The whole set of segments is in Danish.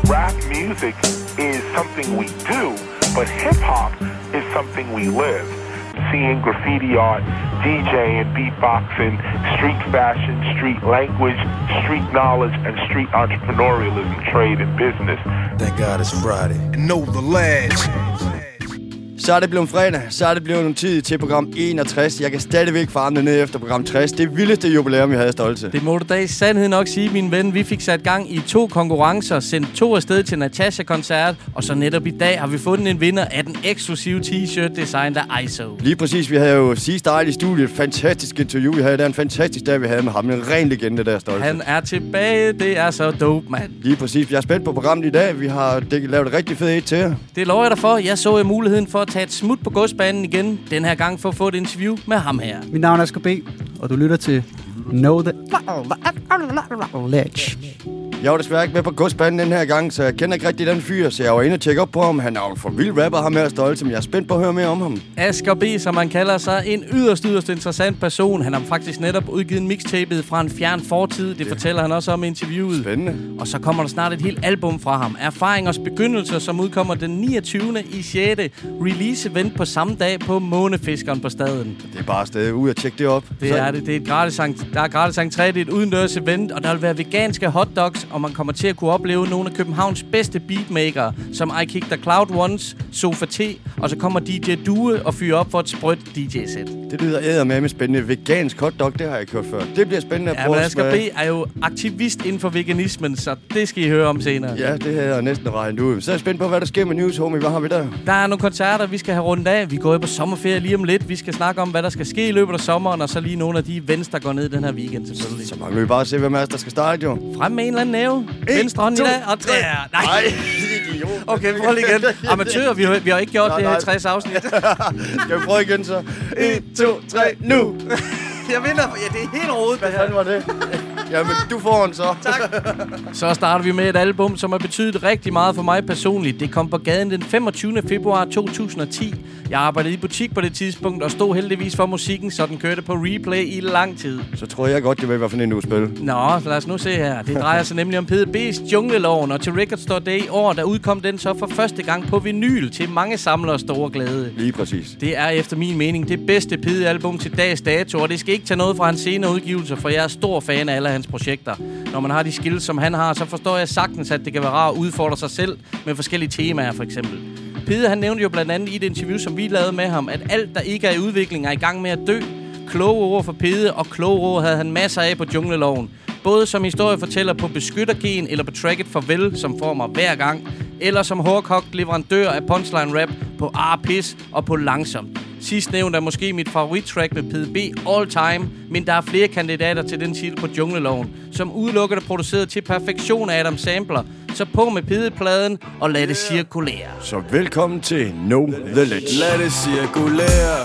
rap music is something we do, but hip-hop is something we live. Seeing graffiti art, DJing, beatboxing, street fashion, street language, street knowledge, and street entrepreneurialism, trade and business. Thank God it's Friday. And know the lads. Så er det blevet fredag, så er det blevet tid til program 61. Jeg kan stadigvæk farme det ned efter program 60. Det vildeste jubilæum, vi havde stolte. Det må du da i sandhed nok sige, min ven. Vi fik sat gang i 2 konkurrencer, sendt 2 afsted til Natasha-koncert, og så netop i dag har vi fundet en vinder af den eksklusive t-shirt designet af ISO. Lige præcis, vi havde jo sidste ejl i studiet. Fantastisk interview, vi havde der. En fantastisk dag, vi havde med ham. En ren legende der, stolte. Han er tilbage, det er så dope, mand. Lige præcis, jeg er spændt på programmet i dag. Vi har lavet et rigtig fedt et til jer. Det lover jeg dig for. Jeg så muligheden for at tage et smut på godsbanen igen. Den her gang for at få et interview med ham her. Mit navn er Asger B, og du lytter til Know the Ledge. Jeg var desværre ikke med på godsbanen den her gang, så jeg kender ikke rigtig den fyr, så jeg var inde og tjekke op på ham. Han er jo en for vild rapper, ham her stolte, men jeg er spændt på at høre mere om ham. Asger B, som han kalder sig, en yderst interessant person. Han har faktisk netop udgivet en mixtape fra en fjern fortid. Det fortæller han også om i interviewet. Spændende. Og så kommer der snart et helt album fra ham. Erfaringers begyndelser, som udkommer den 29. i 6. Release-event på samme dag på Månefiskeren på Staden. Det er bare stadig ud at tjekke det op. Det er det. Det er et gratis der er gratis entré, det er et udendørs event, og der vil være veganske hotdogs, og man kommer til at kunne opleve nogle af Københavns bedste beatmakere, som I Kick the Cloud Ones, Sofa T, og så kommer DJ Due og fyrer op for et sprødt DJ-sæt. Det lyder eddermame spændende. Vegansk hotdog, det har jeg ikke hørt før. Det bliver spændende at prøve. Ja, men Asger B er jo aktivist inden for veganismen, så det skal I høre om senere. Ja, det havde jeg næsten regnet ud. Så er jeg spændt på, hvad der sker med News, homie. Hvad har vi der? Der er nogle koncerter, vi skal have rundt af. Vi går jo på sommerferie lige om lidt. Vi skal snakke om, hvad der skal ske i løbet af sommeren, og så lige nogle af de events, der går ned den her weekend, selvfølgelig. Så mangler vi bare at se, hvem der skal starte, jo. Frem med en eller anden næve. Venstre hånd i dag, og der. Nej. Okay, vi prøver lige igen. Amatører, vi har ikke gjort det her i 60 afsnit. Skal vi prøve igen så? 1, 2, 3, nu! Jeg vinder. Ja, det er helt rodet. Hvad fanden var det? Jamen, du får den så. Tak. Så starter vi med et album, som har betydet rigtig meget for mig personligt. Det kom på gaden den 25. februar 2010. Jeg arbejdede i butik på det tidspunkt og stod heldigvis for musikken, så den kørte på replay i lang tid. Så tror jeg godt, det vil være for en udspil. Nå, lad os nu se her. Det drejer sig nemlig om PDB's Jungleloven, og til Record Store Day i år, der udkom den så for første gang på vinyl til mange samlere store glæde. Lige præcis. Det er efter min mening det bedste PDB-album til dags dato, og det skal ikke tage noget fra hans senere udgivelser, for jeg er stor fan af alle hans projekter. Når man har de skills, som han har, så forstår jeg sagtens, at det kan være rart at udfordre sig selv med forskellige temaer, for eksempel. Pede, han nævnte jo blandt andet i et interview, som vi lavede med ham, at alt, der ikke er i udvikling, er i gang med at dø. Kloge ord for Pede, og kloge ord havde han masser af på Jungleloven. Både som historiefortæller på Beskyttergen eller på tracket Farvel, som får mig hver gang, eller som hårdkogt leverandør af punchline rap på Pis og på Langsomt. Sidst nævnt er måske mit favorittrack med PDB all time, men der er flere kandidater til den titel på Jungleloven, som udelukkende er produceret til perfektion af Adam Sampler. Så på med PDB-pladen og lad det cirkulere. Så velkommen til Know the Ledge. Lad det cirkulere.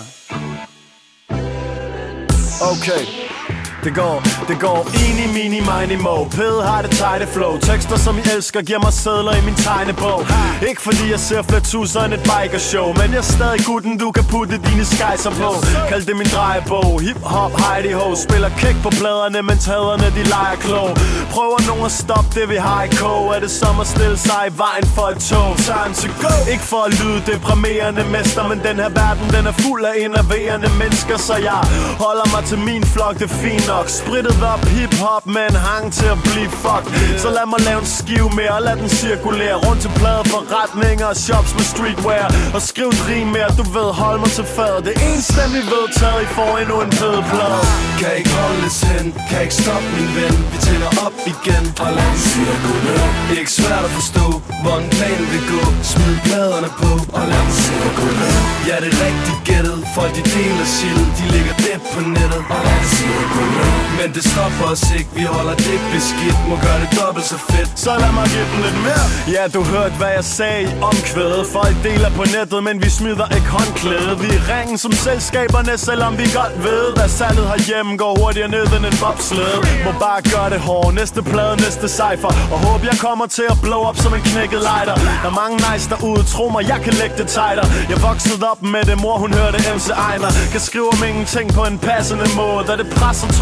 Okay. Det går eeny, meeny, miny, mo. Pede har det tighte flow. Tekster som I elsker giver mig sedler i min tegnebog. Ikke fordi jeg ser flatusser end et bikershow, men jeg er stadig gutten, du kan putte dine skejser på. Kald det min drejebog. Hip-hop, Heidi-ho. Spiller kick på pladerne, mens haderne de leger klog. Prøver nogen at stoppe det vi har i kog. Er det som at stille sig i vejen for et tog. Time to go. Ikke for at lyde deprimerende mester, men den her verden den er fuld af innoverende mennesker, så jeg holder mig til min flok, det er fint. Sprittet op hip-hop med en hang til at blive fucked. Så lad mig lave en skive mere og lad den cirkulere rundt til pladeforretninger og shops med streetwear. Og skriv et rim mere, du ved, hold mig til fadet. Det er enstemmigt vedtaget, I får endnu en pedeplade. Kan ikke holdes hen, kan ikke stoppe min ven. Vi tænder op igen og lad den cirkulere. Ikke svært at forstå, hvor en plan vil gå. Smid pladerne på og lad den cirkulere. Ja, det er rigtig gættet, folk de deler shit. De ligger det på nettet og lad den cirkulere. Men det stopper os ikke, vi holder det beskidt. Må gøre det dobbelt så fedt. Så lad mig give den lidt mere. Ja, du hørte hvad jeg sagde i omkvædet. Folk deler på nettet, men vi smider ikke håndklæde. Vi er ringen som selskaberne, selvom vi godt ved at salget herhjemme går hurtigere ned end en bobsled. Må bare gøre det hårdt, næste plade, næste cypher. Og håb jeg kommer til at blow op som en knækket lighter. Der er mange nice derude, tro mig, jeg kan lægge det tighter. Jeg voksede op med det, mor hun hørte MC Ejner. Kan skrive om ingenting på en passende måde, da det presser tryk frem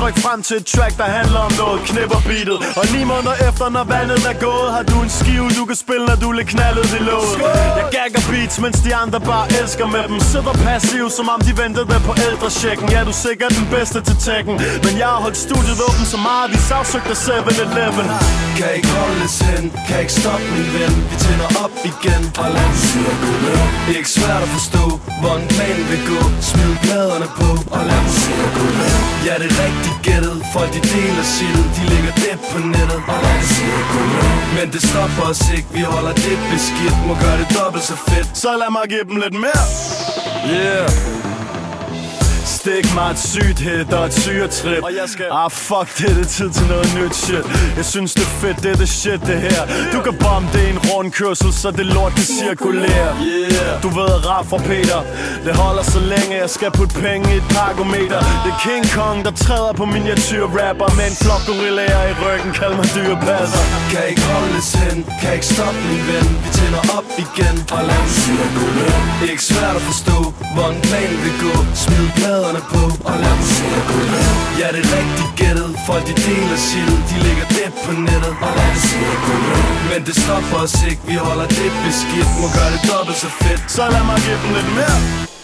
til et track, der handler om noget, knipper beatet. Og 9 måneder efter, når vandet er gået, har du en skive, du kan spille, når du er lidt knaldet i låget. Jeg gagger beats, mens de andre bare elsker med dem. Sidder passiv, som om de ventede på ældrechecken. Ja, du er sikkert den bedste til tækken, men jeg har holdt studiet åben så meget, vi sagsøgte 7-Eleven. Kan ikke holdes hen, kan ikke stoppe min ven. Vi tænder op igen og lader cirkule. Ikke svært at forstå, hvordan planen vil gå. Smid pladerne på og lad den cirkule. Ja, det er rigtig gættet, folk de deler shit. De ligger det på nettet og lad den cirkule. Men det stopper os ikke, vi holder det beskidt. Må gøre det dobbelt så fedt, så lad mig give dem lidt mere. Yeah. Stik mig et sygt hit og et syretrip. Fuck det er tid til noget nyt shit. Jeg synes det er fedt, det er det shit det her. Du kan bombe det i en rundkørsel, så det lort det cirkulerer. Du ved rap fra Peter, det holder så længe. Jeg skal putte penge i et parkometer. Det er King Kong, der træder på miniatyrrapper med en flok gorillaer i ryggen. Kald mig dyrepasser. Kan ikke holdes hen, kan ikke stoppe min ven. Vi tænder op igen og lad den cirkule. Ikke svært at forstå, hvordan planen vil gå. Smid pladerne på og lad den cirkule. Ja, det er rigtig gættet, folk de deler shit. De ligger det på nettet og lad den cirkule. Men det stopper os ikke, vi holder det beskidt. Må gøre det dobbelt så fedt, så lad mig give dem lidt mere.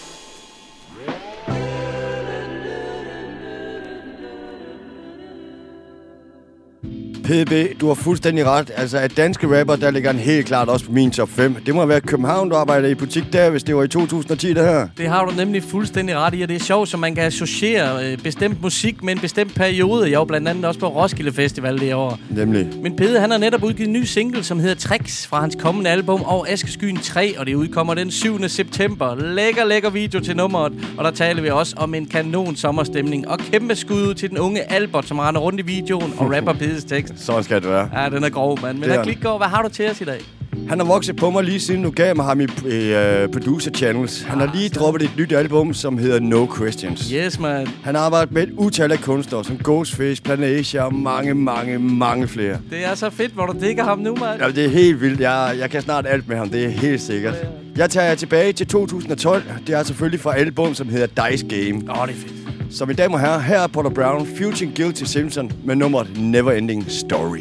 PB, du har fuldstændig ret. Altså, at danske rapper, der ligger en helt klart også på min top 5. Det må være København, du arbejder i butik der, hvis det var i 2010, det her. Det har du nemlig fuldstændig ret i, og det er sjovt, så man kan associere bestemt musik med en bestemt periode. Jeg var blandt andet også på Roskilde Festival det år. Nemlig. Men Pede, han har netop udgivet en ny single, som hedder Tricks, fra hans kommende album Og Askeskyen 3, og det udkommer den 7. september. Lækker video til nummeret, og der taler vi også om en kanon sommerstemning. Og kæmpe skud til den unge Albert, som render rundt i videoen og rapper Pedes tekst. Sådan skal det være. Ja, den er grov, mand. Men der Klitgaard, hvad har du til os i dag? Han har vokset på mig lige siden du gav mig ham i producer channels. Han har lige droppet et nyt album, som hedder No Questions. Yes, man. Han har arbejdet med et utal af kunstnere, som Ghostface, Plan Asia og mange flere. Det er så fedt, hvor du digger ham nu, mand. Ja, det er helt vildt. Jeg kan snart alt med ham, det er helt sikkert. Jeg tager tilbage til 2012. Det er selvfølgelig fra album, som hedder Dice Game. Det er fedt. Så mine damer og herrer, her er Porter Brown, featuring Guilty Simpson med nummeret Never Ending Story.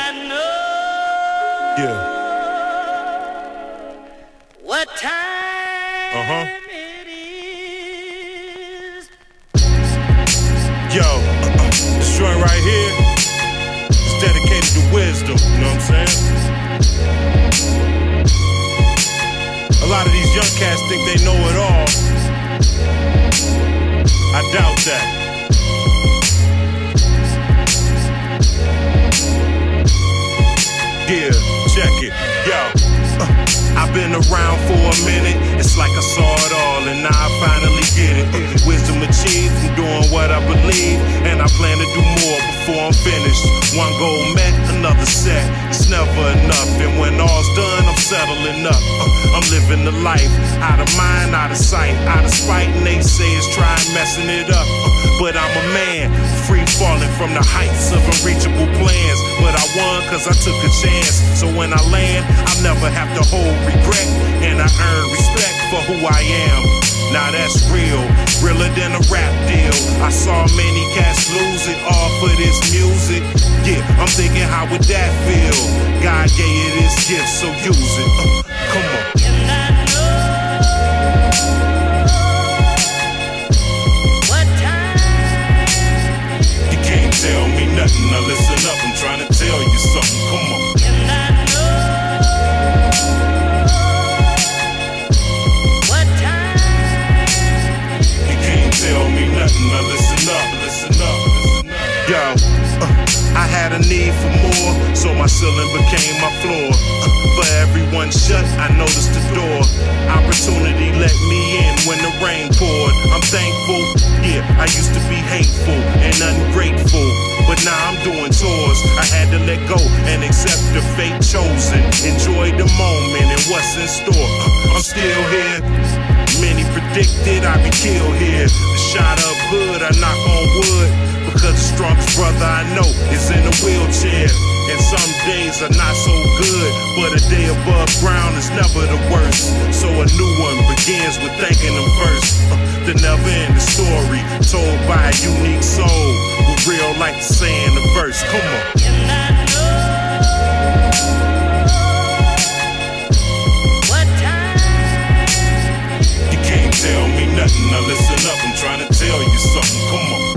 Yeah. What time it is. Yo, this joint right here is dedicated to wisdom, you know what I'm saying? A lot of these young cats think they know it all. I doubt that. Yeah, check it, yo. I've been around for a minute, it's like I saw it all, and now I finally get it. Wisdom achieved from doing what I believe, and I plan to do more before I'm finished. One goal met, another set, it's never enough, and when all's done, I'm settling up. I'm living the life, out of mind, out of sight, out of spite, and they say it's trying messing it up. But I'm a man, free falling from the heights of unreachable plans. But I won cause I took a chance, so when I land, I'll never have to hold regret, and I earn respect for who I am. Now that's real, realer than a rap deal. I saw many cats lose it all for this music. Yeah, I'm thinking how would that feel? God gave you this gift, so use it. Come on. You can't tell me nothing, now listen up, I'm trying to tell you something, come on. Tell me nothing, now listen up, listen up, listen up. Yo, I had a need for more, so my ceiling became my floor. For everyone shut, I noticed the door. Opportunity let me in when the rain poured. I'm thankful, yeah, I used to be hateful and ungrateful, but now I'm doing tours. I had to let go and accept the fate chosen. Enjoy the moment and what's in store. I'm still here. Many predicted I'd be killed here. The shot up hood, I knock on wood, because the strongest brother I know is in a wheelchair. And some days are not so good, but a day above ground is never the worst. So a new one begins with thanking them first. The never ending story told by a unique soul with real life like to say in the verse. Come on. You can't tell me nothing. Now listen up, I'm trying to tell you something. Come on.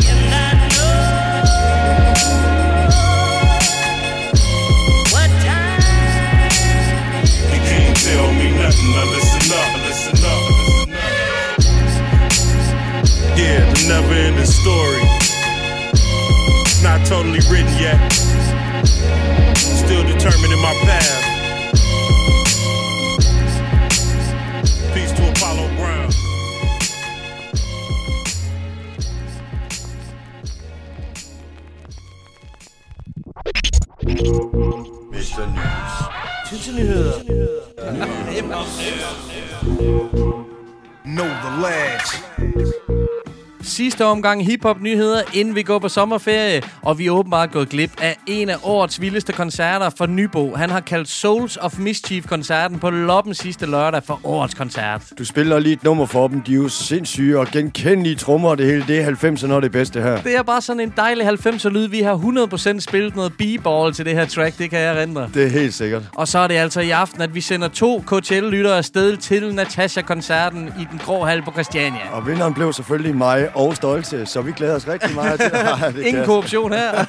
You can't tell me nothing. Now listen up, listen up, listen up. Yeah, the never-ending story. Not totally written yet. Still determining my path. Peace to Apollo Brown. Mr. News. Tidsnyheder. Know the lads. Sidste omgang hiphop-nyheder, inden vi går på sommerferie. Og vi er åbenbart gået glip af en af årets vildeste koncerter for Nybo. Han har kaldt Souls of Mischief-koncerten på Loppen sidste lørdag for årets koncert. Du spiller lige et nummer for dem. De er jo sindssyge og genkendelige trommer og det hele. Det er 90'erne og det bedste her. Det er bare sådan en dejlig 90'er-lyd. Vi har 100% spillet noget b-ball til det her track. Det kan jeg erindre. Det er helt sikkert. Og så er det altså i aften, at vi sender 2 KTL-lyttere afsted til Natasha-koncerten i den grå hal på Christiania. Og vinderen blev selvfølgelig mig og Stolte, så vi glæder os rigtig meget til det. Ingen korruption her.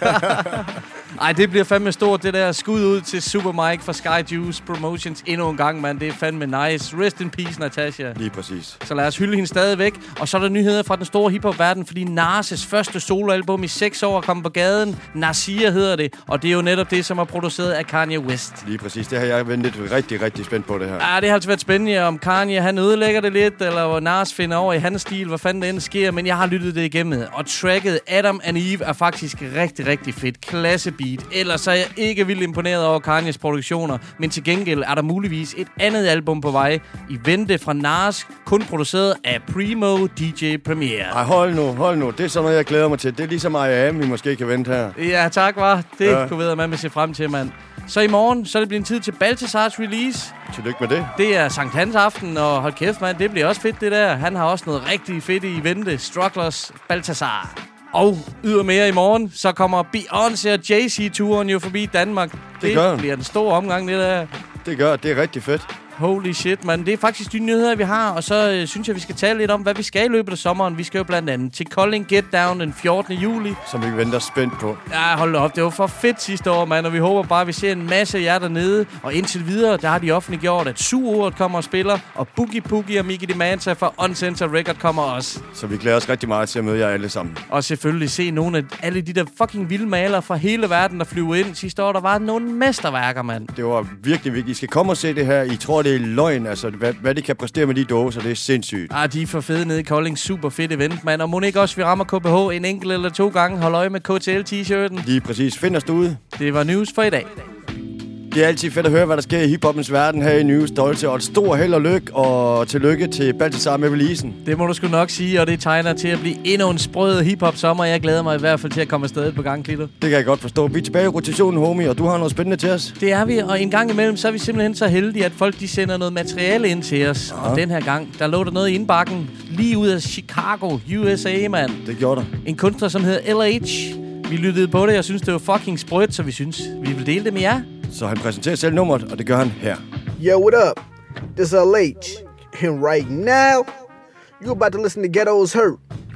Ej, det bliver fandme stort, det der skud ud til Super Mike fra Sky Juice Promotions endnu en gang, mand. Det er fandme nice. Rest in peace, Natasha. Lige præcis. Så lad os hylde hende stadigvæk. Og så er der nyheder fra den store hiphop-verden, fordi Nas' første soloalbum i 6 år er kommet på gaden. Nasir hedder det, og det er jo netop det, som er produceret af Kanye West. Lige præcis. Det har jeg ventet rigtig, rigtig spændt på det her. Ja, det har altså været spændende, om Kanye han ødelægger det lidt, eller hvor Nas finder over i hans stil, hvad fanden det end sker, men jeg har lyttet det igennem. Og tracket Adam and Eve er faktisk rigtig, rigtig fedt. Klassebeat. Ellers er jeg ikke vildt imponeret over Kanyes produktioner, men til gengæld er der muligvis et andet album på vej i vente fra Nas, kun produceret af Primo DJ Premier. Ej, hold nu. Det er sådan noget, jeg glæder mig til. Det er ligesom I.A.M., vi måske kan vente her. Ja, tak, var. Det kunne ved man vil se frem til, mand. Så i morgen, så er det blevet tid til Balthazars release. Tillykke med det. Det er Sankt Hans aften, og hold kæft, mand, det bliver også fedt, det der. Han har også noget rigtig fedt i vente. Strugglers Balthazar. Og ydermere i morgen, så kommer Beyoncé og Jay-Z-turen jo forbi Danmark. Det bliver en stor omgang, det der. Det er rigtig fedt. Holy shit, man. Det er faktisk de nyheder, vi har. Og så synes jeg, vi skal tale lidt om, hvad vi skal i løbet af sommeren. Vi skal jo blandt andet til Kolding Get Down den 14. juli. Som vi venter spændt på. Ja, hold op. Det var for fedt sidste år, mand. Og vi håber bare, at vi ser en masse af jer dernede. Og indtil videre, der har de offentliggjort, at Suort kommer og spiller. Og Boogie Poogie og Mickey Dimanta fra Uncensored Record kommer også. Så vi glæder os rigtig meget til at møde jer alle sammen. Og selvfølgelig se nogle af alle de der fucking vilde malere fra hele verden, der flyver ind. Sidste år, der var nogle mesterværker, mand. Det var virkelig vigtigt. I skal komme og se det her. I tror, det er løgn. Altså, hvad de kan præstere med de dåser, det er sindssygt. Ah, de er for fede nede i Kolding. Super fedt event, mand. Og må ikke også, vi rammer KBH en enkelt eller 2 gange. Hold øje med KTL-t-shirten. Lige præcis. Find os derude. Det var news for i dag. Det er altid fedt at høre, hvad der sker i hiphopens verden her i News Stolte. Og et stort held og lykke, og tillykke til Balthazar med releasen. Det må du sgu nok sige, og det tegner til at blive endnu en sprød hiphop-sommer. Jeg glæder mig i hvert fald til at komme afsted på gang, Klito. Det kan jeg godt forstå. Vi er tilbage i rotationen, homie, og du har noget spændende til os. Det er vi, og en gang imellem, så er vi simpelthen så heldige, at folk de sender noget materiale ind til os. Ja. Og den her gang, der lå der noget i indbakken, lige ud af Chicago, USA, mand. Det gjorde der. En kunstner, som hedder LH. Vi lyttede på det, jeg synes, det var fucking sprødt, så vi synes, vi vil dele det med jer. Så han præsenterer selv nummeret, og det gør han her. Yo, what up? This is LH. And right now, you about to listen to Ghetto's Hurt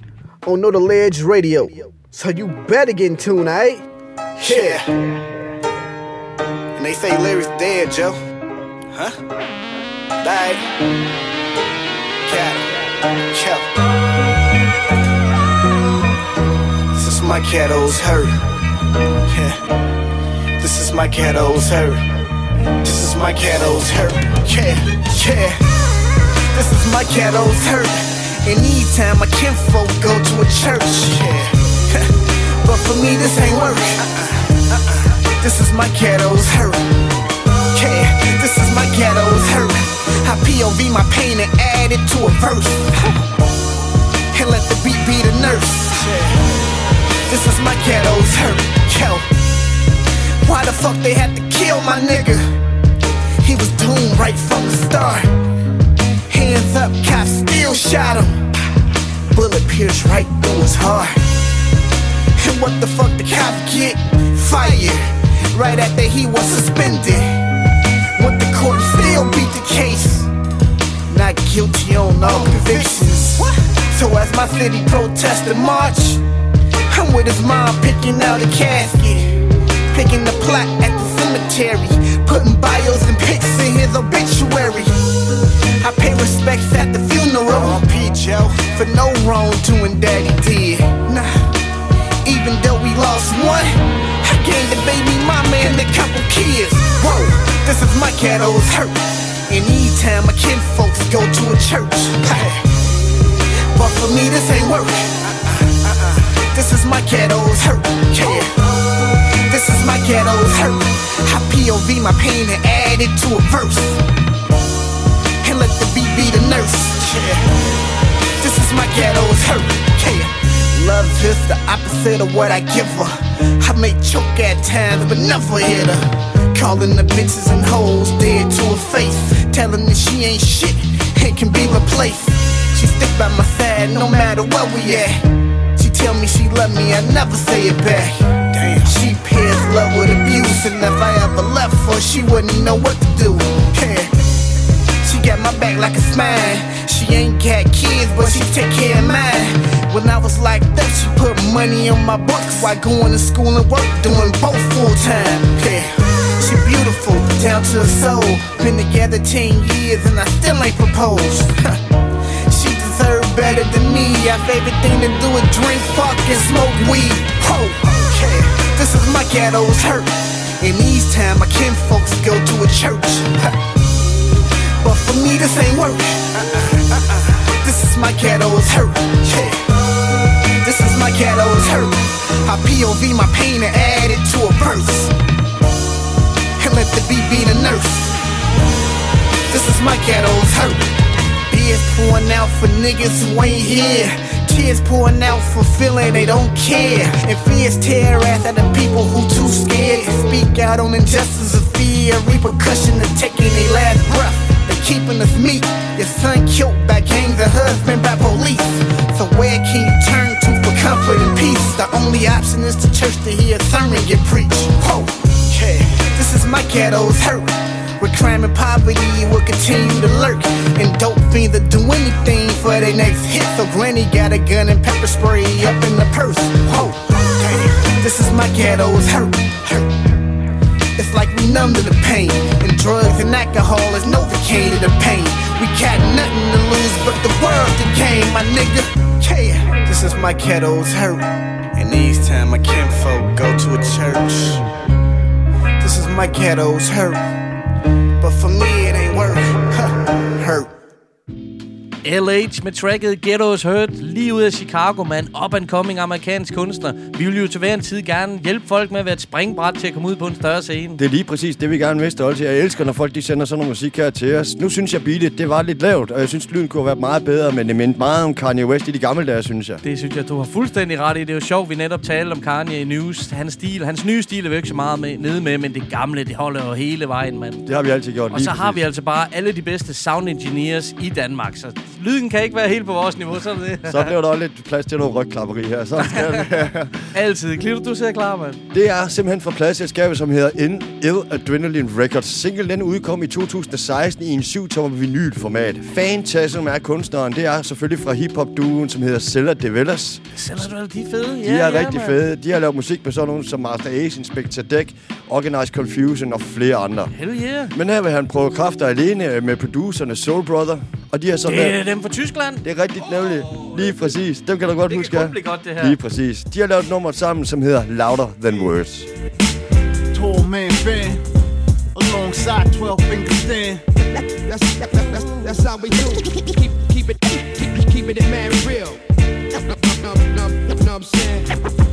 on Know The Ledge Radio. So you better get in tune, eh? Yeah. And they say Larry's dead, Joe. Huh? Died. Cat. Chow. This is my Ghetto's Hurt. Yeah. This is my ghetto's hurt. This is my ghetto's hurt. Yeah, yeah. This is my ghetto's hurt. Anytime my kinfolk go to a church. Yeah. But for me this ain't work. This is my ghetto's hurt. Yeah, this is my ghetto's hurt. I POV my pain and add it to a verse. And let the beat be the nurse. This is my ghetto's hurt. Yo. Why the fuck they had to kill my nigga? He was doomed right from the start. Hands up, cops still shot him. Bullet pierced right through his heart. And what the fuck the cops get? Fired right after he was suspended. Went to court and still beat the case. Not guilty on all convictions. So as my city protested march, I'm with his mom picking out a casket, picking the plaque at the cemetery, putting bios and pics in his obituary. I pay respects at the funeral for no wrongdoing that he did. Nah, even though we lost one, I gained a baby mama and a couple kids. Whoa, this is my ghetto's hurt. And each time my kinfolks go to a church. But for me this ain't work. This is my ghetto's hurt. Yeah. This is my ghetto's hurt. I POV my pain and add it to a verse. And let the beat be the nurse. Yeah. This is my ghetto's hurt. Yeah. Love is the opposite of what I give her. I may choke at times but never hit her. Calling the bitches and hoes dead to her face, telling that she ain't shit and can be replaced. She stick by my side no matter where we at. She tell me she love me, I never say it back. Damn. She pairs love with abuse, and if I ever left her, she wouldn't know what to do. Yeah. She got my back like a spine. She ain't got kids, but she take care of mine. When I was like that, she put money on my books while going to school and work, doing both full time. Yeah. She beautiful, down to the soul. Been together 10 years and I still ain't proposed. She deserve better than me. Our favorite thing to do is drink, fuck, and smoke weed. Oh, yeah. This is my ghetto's hurt. And each time my kinfolks go to a church. But for me this ain't work. This is my ghetto's hurt. Yeah. This is my ghetto's hurt. I POV my pain and add it to a verse. And let the beat be the nurse. This is my ghetto's hurt. Beers pouring out for niggas who ain't here. Tears pouring out for feeling they don't care. And fears tear ass at the people who too scared to speak out on injustice of fear. Repercussion of taking their last breath. They keeping us meek. Your son killed by gangs, a husband by police. So where can you turn to for comfort and peace? The only option is to church to hear a sermon get preached. Whoa, yeah. This is my ghetto's hurt. Where crime and poverty will continue to lurk. And dope fiends will do anything for their next hit. So granny got a gun and pepper spray up in the purse. Whoa, damn. This is my ghetto's hurt. It's like we numb to the pain. And drugs and alcohol is Novocaine to the pain. We got nothing to lose but the world to gain, my nigga. Yeah. This is my ghetto's hurt. And each time my kinfolk go to a church. This is my ghetto's hurt. But for me it ain't work. Hurt. LH med tracket Ghetto's Hurt, lige ud af Chicago, man. Up and coming amerikansk kunstner. Vi vil jo til hver en tid gerne hjælpe folk med at være et springbræt til at komme ud på en større scene. Det er lige præcis det, vi gerne vil også. Jeg elsker, når folk de sender sådan noget musik her til os. Nu synes jeg, beatet, det var lidt lavt, og jeg synes, lyden kunne have været meget bedre, men det mindte meget om Kanye West i de gamle dage, synes jeg. Det synes jeg, du har fuldstændig ret i. Det er jo sjovt, vi netop talte om Kanye i News. Hans nye stil er jo ikke så meget nede med, men det gamle, det holder jo hele vejen, mand. Det har vi altid gjort. Og så har vi altså bare alle de bedste sound engineers i Danmark, så lyden kan ikke være helt på vores niveau, så er det. Så bliver der også lidt plads til noget rygklapperi her. Så skal det. Altid. Klito, du ser klar, mand. Det er simpelthen fra pladselskabet, som hedder Ill Adrenaline Records. Single den udkom i 2016 i en 7-tommer vinylformat. Fantasm er kunstneren. Det er selvfølgelig fra hip-hop-duoen, som hedder Cellar Dwellers. Cellar, de er fede. De er rigtig fede. De har lavet musik med sådan nogle som Master Ace, Inspector Deck, Organized Confusion og flere andre. Hell yeah. Men her vil han prøve kræfter alene med producerne Soul Brother. Og de er sådan det er dem fra Tyskland. Det er rigtigt nemlig. Lige præcis. Dem kan du godt huske. Det kan godt det her. Lige præcis. De har lavet et nummer sammen, som hedder Louder Than Words. Tall man band alongside 12 fingers stand. That's how we do. Keep it man real. Know I'm saying?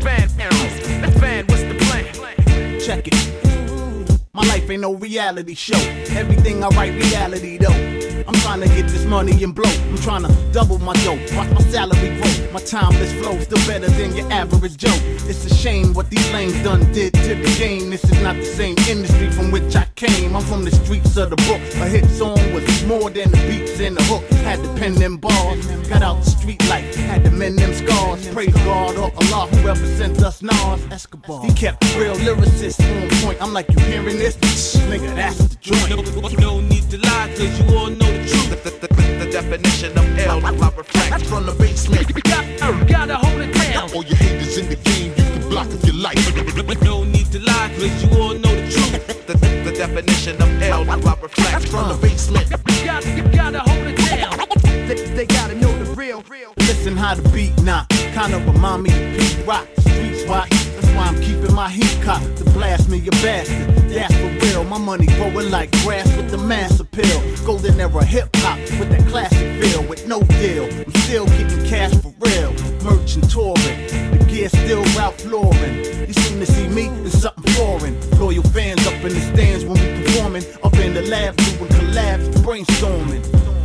Fan, what's the plan? Check it. My life ain't no reality show. Everything I write reality though. I'm trying to get this money and blow. I'm trying to double my dough. Watch my salary grow. My timeless flow still better than your average Joe. It's a shame what these lanes done did to the game. This is not the same industry from which I came. I'm from the streets of the book. A hit song was more than the beats and the hook. Had to pen them bars. Got out the street life. Had to mend them scars. Praise God or Allah, whoever sent us Nas Escobar. He kept real lyricists on point. I'm like, you hearing this? Nigga, that's the joint. No need to lie, cause you all know the truth. The definition of L, I reflect from the basement. Gotta hold it down. All your haters in the game, you can block up your life. No need to lie, cause you all know the truth. The definition of L, I reflect from the basement. Gotta hold it down. They gotta know the real. Listen how the beat knock. Kinda remind me of Pete Rock. Street spot. That's why I'm keeping my heat cocked to blast me, you bastard. That's for real. My money growing like grass with the mass appeal. Golden era hip hop with that classic feel with no deal. I'm still getting cash for real. Merch and touring. The gear still Ralph Lauren. You seem to see me in something foreign. Loyal fans up in the stands when we performing. Up in the lab doing collabs, brainstorming.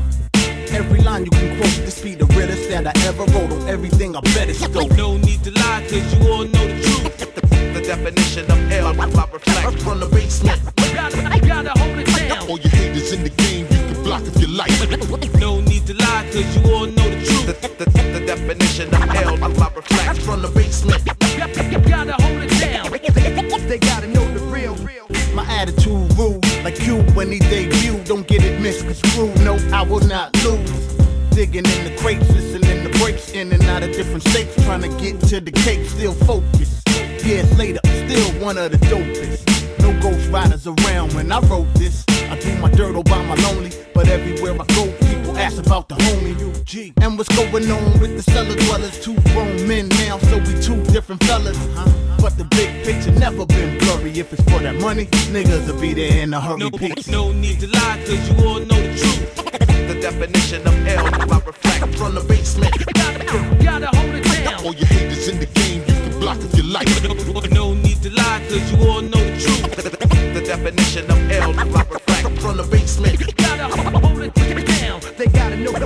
Every line you can quote, this be the realest that I ever wrote on everything I bet it's dope. No need to lie, cause you all know the truth. The definition of L, I reflect from the basement. Gotta hold it down. All your haters in the game, you can block up your life. No need to lie, cause you all know the truth. The definition of L, I reflect from the basement. Gotta hold it down. They gotta know the real. My attitude rude, like Q when he debut. Don't get it misconstrued, no, I will not lose. Digging in the crates, listening to breaks in and out of different states. Trying to get to the cake, still focused. Years later, still one of the dopest. No ghost riders around when I wrote this. I do my dirt all by my lonely, but everywhere I go, people ask about the homie UG. And what's going on with the cellar dwellers? Two grown men now, so we two different fellas. But the big picture never been blurry. If it's for that money, niggas will be there in a hurry. No need to lie, cause you all know the truth. The definition of L, I reflect from the basement. Gotta hold it down. All your haters in the game, you can block up your life. No need to lie, cause you all know the truth. The definition of L, I reflect from the basement. Gotta hold it down. They gotta know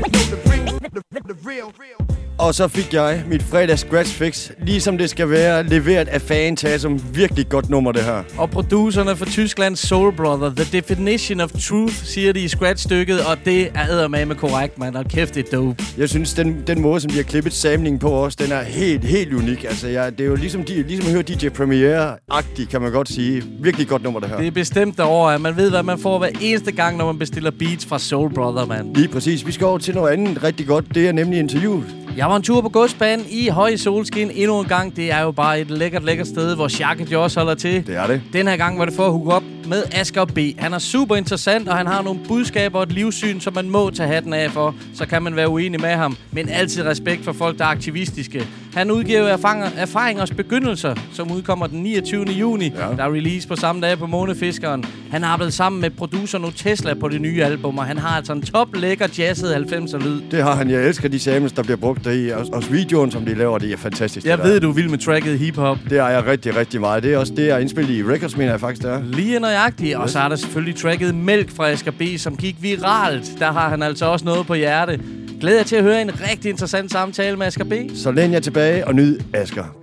the real. Og så fik jeg mit fredags scratch fix, ligesom det skal være, leveret af Fantasm. Virkelig godt nummer, det her. Og producerne fra Tysklands Soul Brother, The Definition of Truth, siger de i scratch-stykket, og det er eddermame korrekt, man. Og kæft, det er dope. Jeg synes, den måde, som de har klippet samlingen på os, den er helt unik. Altså, det er jo ligesom at høre DJ Premier-agtigt, kan man godt sige. Virkelig godt nummer, det her. Det er bestemt derovre, at man ved, hvad man får hver eneste gang, når man bestiller beats fra Soul Brother, man. Lige præcis. Vi skal over til noget andet rigtig godt. Det er nemlig interviewet. Jeg var en tur på godsbanen i høj solskin endnu en gang. Det er jo bare et lækkert sted, hvor Shaka også holder til. Det er det. Den her gang var det for at hooke op med Asger B. Han er super interessant, og han har nogle budskaber og et livssyn, som man må tage hatten af for. Så kan man være uenig med ham, men altid respekt for folk, der er aktivistiske. Han udgiver erfaringers begyndelser, som udkommer den 29. juni. Ja. Der er release på samme dag på Månefiskeren. Han har arbejdet sammen med producer Tesla på det nye album, og han har altså en top lækker jazzet 90'er lyd. Det har han. Jeg elsker de samples, der bliver brugt deri. Også videoen, som de laver, det er fantastisk. Jeg ved, du er vild med tracket hiphop. Det er jeg rigtig meget. Det er også det, jeg indspillet i Records, mener jeg faktisk, der. Lige nøjagtigt. Og så er der selvfølgelig tracket Mælk fra Asger B, som gik viralt. Der har han altså også noget på hjerte. Glæder jeg til at høre en rigtig interessant samtale med Asger B. Så læn jer tilbage og nyd Asger B.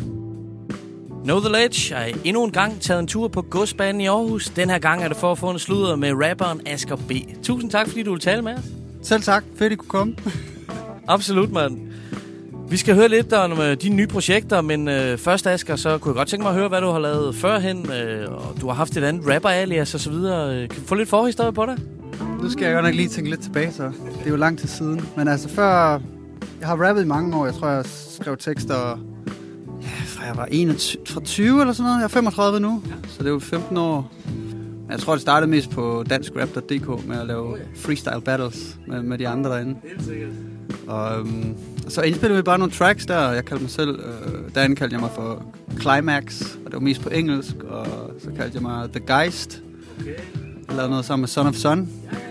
Know The Ledge er endnu en gang taget en tur på godsbanen i Aarhus. Den her gang er det for at få en sludder med rapperen Asger B. Tusind tak, fordi du vil tale med os. Selv tak. Fedt, I kunne komme. Absolut, mand. Vi skal høre lidt om dine nye projekter, men først, Asger, så kunne jeg godt tænke mig at høre, hvad du har lavet førhen. Og du har haft et andet rapper-alias og så videre. Kan du få lidt forhistorie på det? Nu skal jeg godt nok lige tænke lidt tilbage, så det er jo lang tid siden. Men altså før... Jeg har rappet i mange år. Jeg tror, jeg skrev tekster... Ja, fra jeg var 20 eller sådan noget. Jeg er 35 nu, så det er jo 15 år. Jeg tror, det startede mest på danskrap.dk med at lave freestyle battles med de andre derinde. Helt sikkert. Og så indspillede vi bare nogle tracks der. Jeg kaldte mig selv... derinde kaldte jeg mig for Climax, og det var mest på engelsk. Og så kaldte jeg mig The Geist. Jeg lavede noget sammen med Son of Sun.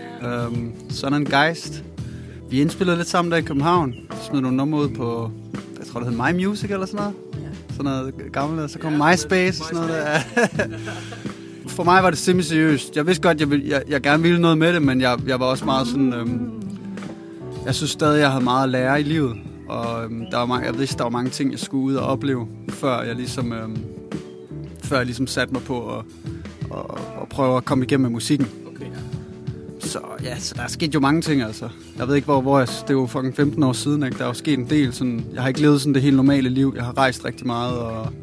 Son and Geist. Vi indspillede lidt sammen der i København. Smed nogle numre ud på... Jeg tror, det hed My Music eller sådan noget. Sådan noget gammelt. Så kom MySpace og sådan noget der. For mig var det simpelthen seriøst. Jeg vidste godt, jeg gerne ville noget med det, men jeg var også meget sådan... jeg synes stadig, jeg havde meget at lære i livet. Og jeg vidste, der var mange ting, jeg skulle ud og opleve, før jeg ligesom satte mig på og prøve at komme igennem med musikken. Okay. Så ja, så der er sket jo mange ting, altså. Jeg ved ikke, hvor jeg... Det er jo fucking 15 år siden, ikke? Der er jo sket en del, sådan... Jeg har ikke levet sådan det helt normale liv. Jeg har rejst rigtig meget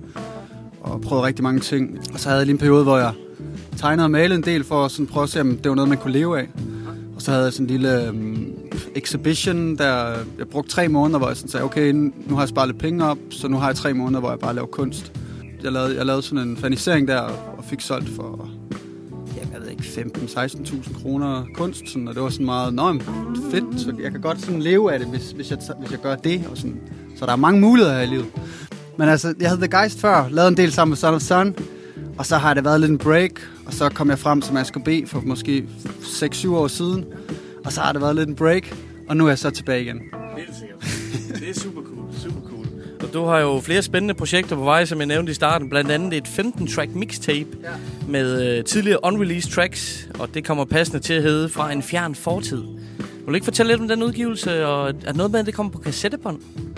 og prøvet rigtig mange ting. Og så havde jeg lige en periode, hvor jeg tegnede og malede en del for at sådan prøve at se, om det var noget, man kunne leve af. Og så havde jeg sådan en lille exhibition, der jeg brugte 3 måneder, hvor jeg sådan sagde, okay, nu har jeg sparet lidt penge op, så nu har jeg 3 måneder, hvor jeg bare laver kunst. Jeg lavede sådan en fanisering der og fik solgt for... jeg ved ikke, 15-16.000 kroner kunst, sådan, og det var sådan meget, fedt, så jeg kan godt sådan leve af det, hvis jeg gør det, og sådan. Så der er mange muligheder her i livet. Men altså, jeg havde The Geist før, lavet en del sammen med Son of Sun, og så har det været lidt en break, og så kom jeg frem som Asger B for måske 6-7 år siden, og så har det været lidt en break, og nu er jeg så tilbage igen. Helt sikkert. Det er super cool, super cool. Og du har jo flere spændende projekter på vej, som jeg nævnte i starten. Blandt andet et 15-track mixtape med tidligere unreleased tracks. Og det kommer passende til at hedde Fra en fjern fortid. Vil du ikke fortælle lidt om den udgivelse? Og er noget med, at det kommer på kassettebånd?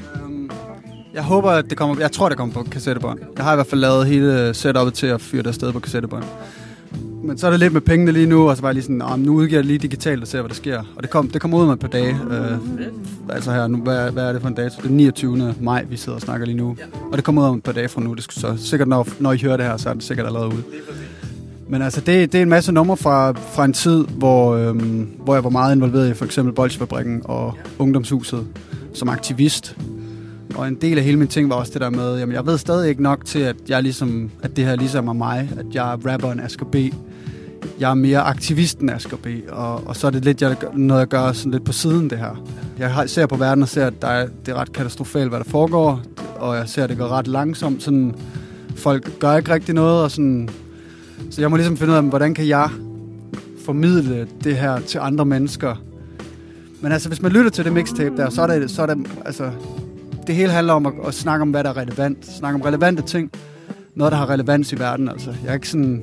Jeg håber, at det kommer... Jeg tror, det kommer på kassettebånd. Jeg har i hvert fald lavet hele setup'et til at fyre det afsted på kassettebånd. Men så er det lidt med pengene lige nu, og så var jeg lige sådan, nu udgiver jeg lige digitalt og ser, hvad der sker. Og det kommer ud med et par dage. Altså her, nu, hvad er det for en dato? Det er 29. maj, vi sidder og snakker lige nu. Og det kommer ud om et par dage fra nu. Det skal så sikkert, når I hører det her, så er det sikkert allerede ude. Men altså, det er en masse numre fra en tid, hvor jeg var meget involveret i for eksempel Bolsjefabrikken og Ungdomshuset som aktivist. Og en del af hele min ting var også det der med, jamen jeg ved stadig ikke nok til, at det her ligesom er mig, at jeg er rapperen Asger B. Jeg er mere aktivisten Asger B, og så er det lidt noget, jeg gør sådan lidt på siden det her. Jeg ser på verden og ser, at det er ret katastrofalt, hvad der foregår, og jeg ser, at det går ret langsomt. Sådan, folk gør ikke rigtig noget, og sådan, så jeg må ligesom finde ud af, hvordan kan jeg formidle det her til andre mennesker. Men altså, hvis man lytter til det mixtape der, så er det altså... Det hele handler om at snakke om, hvad der er relevant. Snakke om relevante ting. Noget, der har relevans i verden, altså. Jeg er ikke sådan...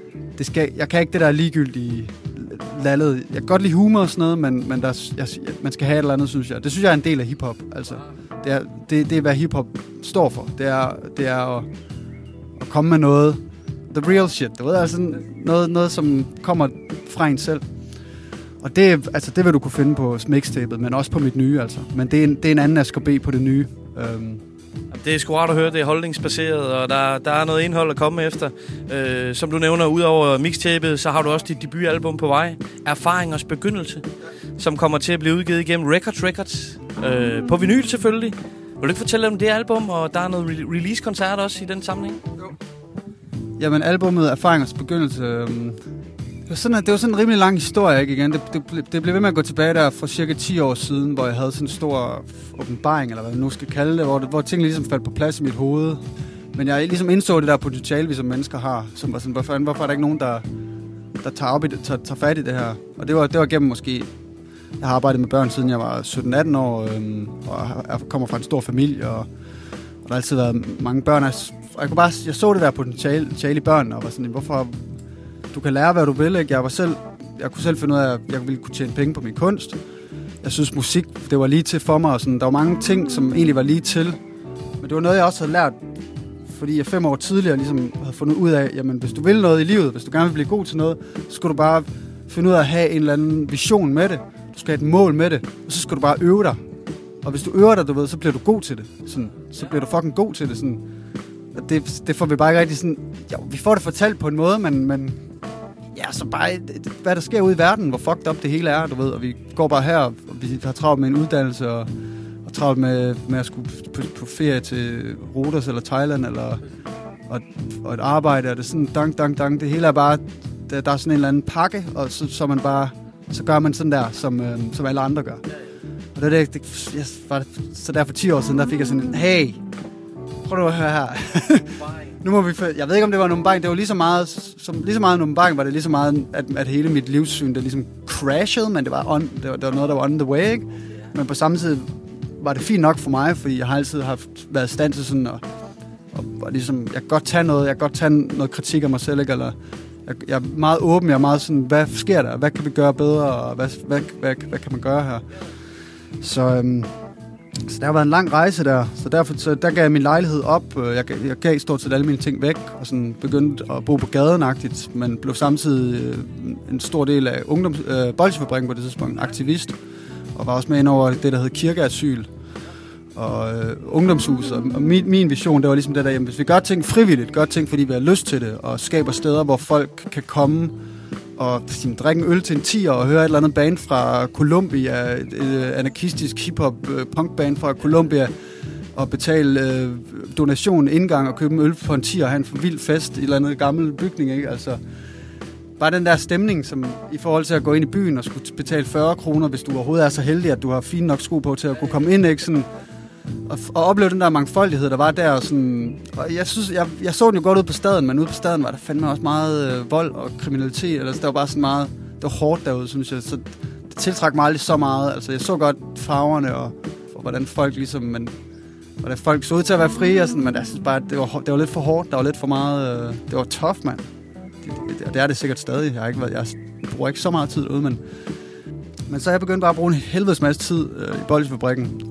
Jeg kan ikke det der ligegyldige lallet. Jeg kan godt lide humor og sådan noget, men man skal have et eller andet, synes jeg. Det synes jeg er en del af hiphop, altså. Det er hvad hiphop står for. Det er at komme med noget. The real shit. Det er altså noget, som kommer fra en selv. Og det vil du kunne finde på mixtapet, men også på mit nye, altså. Men det er en anden Asger B på det nye. Det er sgu rart at høre, det er holdningsbaseret, og der er noget indhold at komme efter. Som du nævner, udover mixtapet, så har du også dit debutalbum på vej. Erfaringers begyndelse, som kommer til at blive udgivet igennem Records. På vinyl selvfølgelig. Vil du ikke fortælle om det album, og der er noget release-koncert også i den sammenhæng? Jo. Jamen, albumet Erfaringers begyndelse... Det var sådan en rimelig lang historie, ikke igen. Det blev ved med at gå tilbage der for cirka 10 år siden, hvor jeg havde sådan en stor åbenbaring, eller hvad man nu skal kalde det, hvor tingene ligesom faldt på plads i mit hoved. Men jeg ligesom indså det der potentiale, vi som mennesker har, som var sådan, hvorfor er der ikke nogen, der tager fat i det her? Og det var gennem måske... Jeg har arbejdet med børn, siden jeg var 17-18 år, og jeg kommer fra en stor familie, og der har altid været mange børn. Jeg så det der potentiale i børn, og var sådan, hvorfor... Du kan lære, hvad du vil, ikke? Jeg kunne selv finde ud af, at jeg ville kunne tjene penge på min kunst. Jeg synes, musik, det var lige til for mig, og sådan. Der var mange ting, som egentlig var lige til. Men det var noget, jeg også havde lært, fordi jeg 5 år tidligere ligesom havde fundet ud af, jamen, hvis du vil noget i livet, hvis du gerne vil blive god til noget, så skal du bare finde ud af at have en eller anden vision med det. Du skal have et mål med det, og så skal du bare øve dig. Og hvis du øver dig, så bliver du god til det. Sådan, så bliver du fucking god til det. Sådan. Og det får vi bare ikke rigtig sådan... Jo, vi får det fortalt på en måde, men ja, så bare, hvad der sker ude i verden, hvor fucked up det hele er, du ved, og vi går bare her, og vi har travlt med en uddannelse, og travlt med at skulle på ferie til Rhodos eller Thailand, og et arbejde, og det er sådan dang, det hele er bare, der er sådan en eller anden pakke, og så man bare, så gør man sådan der, som alle andre gør. Og så der for 10 år siden, der fik jeg sådan en, hey, prøv at høre her. Nu må vi... Jeg ved ikke, om det var en åbenbaring. Det var lige så meget en åbenbaring, var det lige så meget, at hele mit livssyn, det ligesom crashede, men det var noget, der var on the way, ikke? Men på samme tid var det fint nok for mig, fordi jeg har altid været i stand til sådan, og ligesom, jeg kan godt tage noget kritik af mig selv, ikke? Eller jeg er meget åben, jeg er meget sådan, hvad sker der? Hvad kan vi gøre bedre, og hvad kan man gøre her? Så Så der har været en lang rejse der, så derfor der gav jeg min lejlighed op. Jeg gav stort set alle mine ting væk, og sådan begyndte at bo på gaden-agtigt, men blev samtidig en stor del af Bolsjefabrikken på det tidspunkt, aktivist, og var også med ind over det, der hed kirkeasyl og ungdomshus. Og min vision, det var ligesom det der, jamen, hvis vi gør ting frivilligt, gør ting, fordi vi har lyst til det, og skaber steder, hvor folk kan komme og drikke en øl til en 10'er og høre et eller andet band fra Colombia, et anarkistisk hip-hop punkband fra Colombia, og betale donation, indgang og købe en øl for en 10'er og have en vild fest i et eller andet gammel bygning, ikke? Altså, bare den der stemning, som i forhold til at gå ind i byen og skulle betale 40 kroner, hvis du overhovedet er så heldig, at du har fine nok sko på til at kunne komme ind, ikke? Sådan, og opleve den der mangfoldighed, der var der. Og sådan, og jeg synes, jeg så den jo godt ud på staden, men ude på staden var der fandme også meget vold og kriminalitet. Altså, der var bare sådan meget, det var hårdt derude, synes jeg. Så det tiltrak mig aldrig så meget. Altså, jeg så godt farverne og hvordan folk ligesom, hvordan folk så ud til at være frie, og sådan, men jeg synes bare, det var lidt for hårdt. Der var lidt for meget, det var tough, mand. Det er det sikkert stadig. Jeg bruger ikke så meget tid derude, men så er jeg begyndt bare at bruge en helvedes masse tid i Bolsjefabrikken,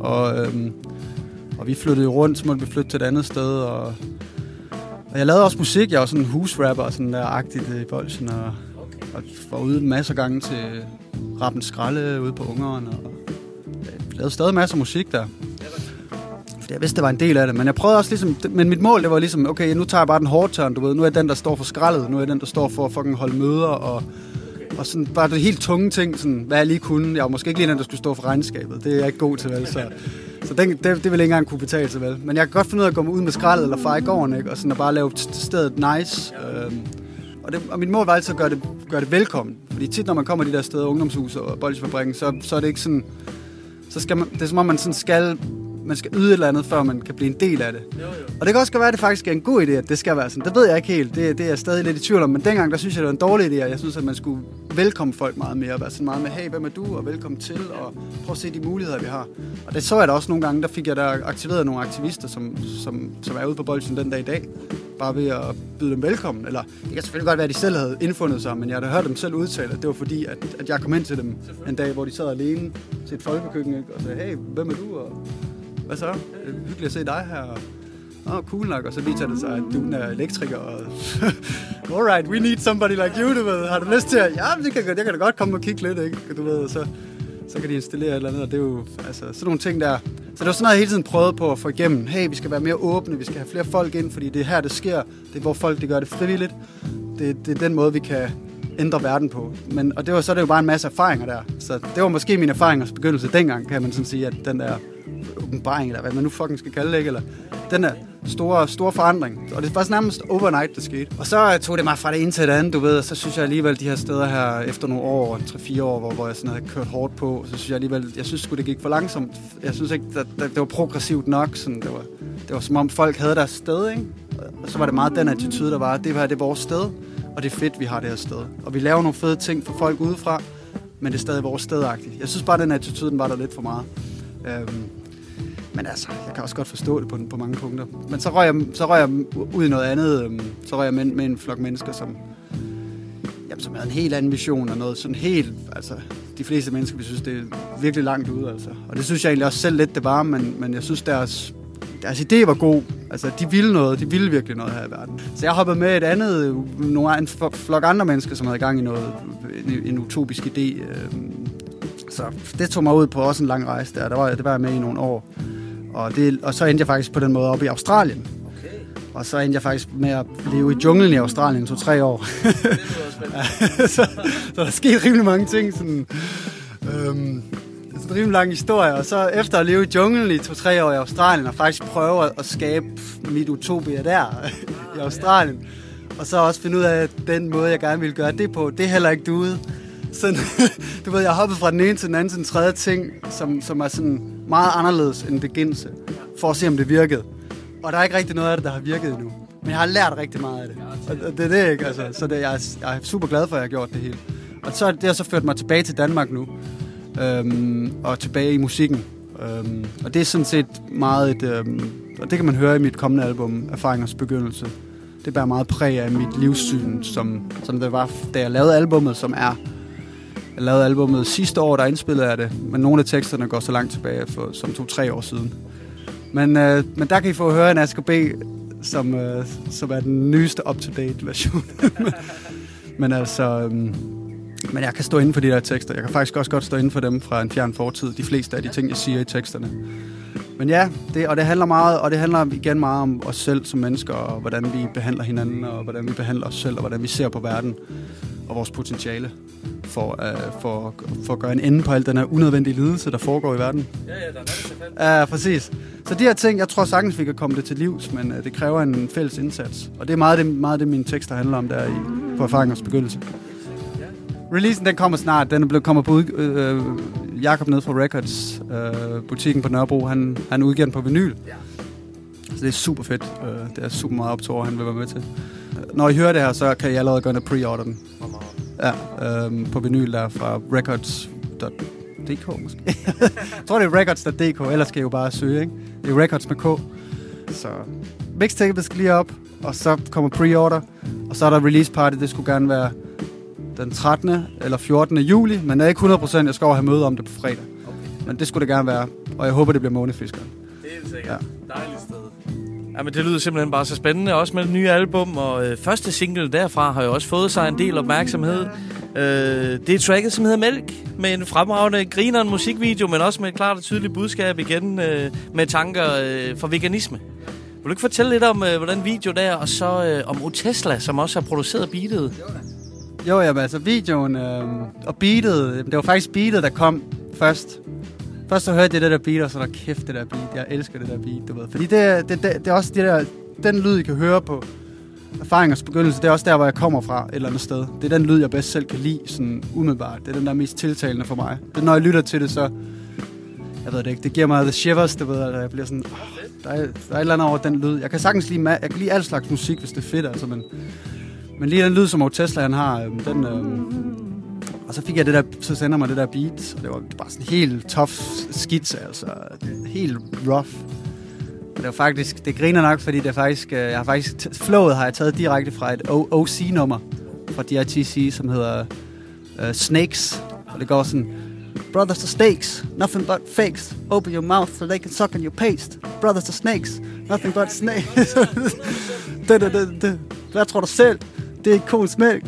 og vi flyttede rundt, så måtte vi flytte til et andet sted, og jeg lavede også musik. Jeg var sådan en husrapper og sådan der-agtigt i Bolsjen, og var ude masser af gange til Rappen Skralde ude på Ungeren, og jeg lavede stadig masser af musik der. Fordi jeg vidste, det var en del af det, men jeg prøvede også ligesom, men mit mål, det var ligesom, okay, nu tager jeg bare den hårde tørn, du ved, nu er jeg den, der står for skraldet, nu er jeg den, der står for at fucking holde møder, og sådan bare det helt tunge ting, sådan, hvad jeg lige kunne. Jeg var måske ikke lige den, der skulle stå for regnskabet. Det er jeg ikke god til, vel? Så det vil ikke engang kunne betale sig, vel? Men jeg kan godt finde ud af at gå ud med skraldet eller fare i gården, ikke? Og sådan at bare lave stedet nice. Og mit mål var altid at gøre det velkommen. Fordi tit, når man kommer de der steder, ungdomshus og Bolsjefabrikken, så er det ikke sådan... Så skal man, det er som om, man sådan man skal yde et eller andet, før man kan blive en del af det. Jo. Og det kan også være, at det faktisk er en god idé, at det skal være sådan. Det ved jeg ikke helt. Det er jeg stadig lidt i tvivl om. Men dengang, der synes jeg, det var en dårlig idé. Jeg synes, at man skulle velkomme folk meget mere. Og være sådan meget med, hey, hvem er du? Og velkommen til. Og prøv at se de muligheder, vi har. Og det så jeg da også nogle gange. Der fik jeg der aktiveret nogle aktivister, som er ude på Bolsjen den dag i dag. Bare ved at byde dem velkommen. Eller det kan selvfølgelig godt være, at de selv havde indfundet sig. Men jeg havde hørt dem selv udtale, at det var fordi, at jeg kom ind til dem en dag, hvor de sad alene til et folkekøkken, ikke? Og sagde, hey, hvem er du? Og hvad så? Det er hyggeligt at se dig her. Cool nok. Og så viser det sig, at du er elektriker. Og alright, we need somebody like you, du ved. Har du lyst til at... Ja, jeg kan da godt komme og kigge lidt, ikke? Du ved, så kan de installere et eller andet. Og det er jo altså, sådan nogle ting der. Så det var sådan noget, jeg hele tiden prøvede på at få igennem. Hey, vi skal være mere åbne. Vi skal have flere folk ind, fordi det er her, det sker. Det er, hvor folk det gør det frivilligt. Det er den måde, vi kan ændre verden på. Og det er jo bare en masse erfaringer der. Så det var måske mine erfaringers begyndelse dengang, kan man sådan sige, at den der åbenbaring, eller hvad man nu fucking skal kalde det, ikke? Eller den der store forandring. Og det var nærmest overnight, det skete. Og så tog det mig fra det ene til det andet, du ved, og så synes jeg alligevel, de her steder her, efter nogle år, 3-4 år, hvor jeg sådan havde kørt hårdt på, så synes jeg alligevel, jeg synes sgu, det gik for langsomt. Jeg synes ikke, det var progressivt nok. Sådan, det var som om folk havde deres sted, ikke? Og så var det meget den attitude, der var, det er vores sted, og det er fedt, vi har det her sted. Og vi laver nogle fede ting for folk udefra, men det er stadig vores stedagtigt. Jeg synes bare, den attitude, den var der lidt for meget. Men altså, jeg kan også godt forstå det på mange punkter. Men så røg jeg ud i noget andet. Så røg jeg med en flok mennesker, som havde en helt anden vision, og noget sådan helt... Altså, de fleste mennesker, vi synes, det er virkelig langt ude, altså. Og det synes jeg egentlig også selv lidt, det var, men jeg synes, deres idé var god. Altså, de ville noget. De ville virkelig noget her i verden. Så jeg hoppede med en flok andre mennesker, som havde gang i noget, en utopisk idé. Så det tog mig ud på også en lang rejse der. Det var jeg med i nogle år. Og så endte jeg faktisk på den måde op i Australien. Okay. Og så endte jeg faktisk med at leve i junglen i Australien 2-3 år. så der skete rimelig mange ting. Sådan en rimelig lang historie. Og så efter at leve i junglen i 2-3 år i Australien, og faktisk prøve at skabe mit utopia der i Australien. Og så også finde ud af, at den måde, jeg gerne ville gøre det på, det er heller ikke duet. Sådan, du ved, jeg har hoppet fra den ene til den anden til den tredje ting, som er sådan meget anderledes end begyndelse, for at se, om det virkede. Og der er ikke rigtig noget af det, der har virket endnu. Men jeg har lært rigtig meget af det. Og det er det, ikke? Altså, så jeg er super glad for, at jeg har gjort det hele. Og så det har så ført mig tilbage til Danmark nu. Og tilbage i musikken. Og det er sådan set meget og det kan man høre i mit kommende album, Erfaringers Begyndelse. Det bærer meget præg af mit livssyn, som det var, da jeg lavede albummet, som er Jeg lavede albumet sidste år, der indspillede jeg det, men nogle af teksterne går så langt tilbage, som 2-3 år siden. Men der kan I få høre en Asger B., som er den nyeste up-to-date version. Men altså... Men jeg kan stå inden for de der tekster. Jeg kan faktisk også godt stå inden for dem fra en fjern fortid. De fleste af de ting, jeg siger i teksterne. Men ja, det handler meget, og det handler igen meget om os selv som mennesker, og hvordan vi behandler hinanden, og hvordan vi behandler os selv, og hvordan vi ser på verden, og vores potentiale for at gøre en ende på alt den her unødvendige lidelse, der foregår i verden. Ja, der er noget til fald. Ja, præcis. Så de her ting, jeg tror sagtens, vi kan komme det til livs, men det kræver en fælles indsats. Og det er meget det mine tekster handler om der på erfaringers begyndelse. Releasen, den kommer snart. Den kommer på Jakob nede fra Records, butikken på Nørrebro. Han udgiver den på vinyl. Så det er super fedt. Det er super meget optog, han vil være med til. Når I hører det her, så kan I allerede gå ind og pre-order den. Ja, på vinyl der fra records.dk måske. Jeg tror, det er records.dk, ellers skal I jo bare søge, ikke? Det er Records med K. Så mixtape skal lige op, og så kommer pre-order, og så er der release party. Det skulle gerne være den 13. eller 14. juli, men jeg er ikke 100%. Jeg skal over have møde om det på fredag. Okay. Men det skulle det gerne være, og jeg håber, det bliver Månefiskeren. Det er sikkert. Ja. Dejligt sted. Ja, men det lyder simpelthen bare så spændende, også med det nye album, og første single derfra har jo også fået sig en del opmærksomhed. Det er tracket, som hedder Mælk, med en fremragende grineren musikvideo, men også med et klart og tydeligt budskab igen, med tanker for veganisme. Vil du ikke fortælle lidt om, hvordan video der, og så om Otesla, som også har produceret beatet? Jo, jamen altså videoen og beatet, det var faktisk beatet, der kom først. Først så hørte jeg det der beat, og så der kæft det der beat. Jeg elsker det der beat, du ved. Fordi det er også det der, den lyd, I kan høre på erfaringers begyndelse, det er også der, hvor jeg kommer fra et eller andet sted. Det er den lyd, jeg bedst selv kan lide, sådan umiddelbart. Det er den, der er mest tiltalende for mig. Det når jeg lytter til det, så... Jeg ved det ikke, det giver mig the shivers, du ved, at jeg bliver sådan... der er et eller andet over den lyd. Jeg kan sagtens lide, jeg kan lide al slags musik, hvis det er fedt, altså, men lige den lyd, som Tesla han har, den... Og så fik jeg det der, så sender mig det der beat, og det var bare sådan helt tough skitse, altså helt rough. Og det var faktisk, det griner nok, fordi det er faktisk, flowet har jeg taget direkte fra et OC-nummer fra DITC, som hedder Snakes, og det går sådan: Brothers are snakes, nothing but fakes. Open your mouth so they can suck on your paste. Brothers are snakes, nothing but snakes. Hvad tror du selv? Det er ikonsk mælk.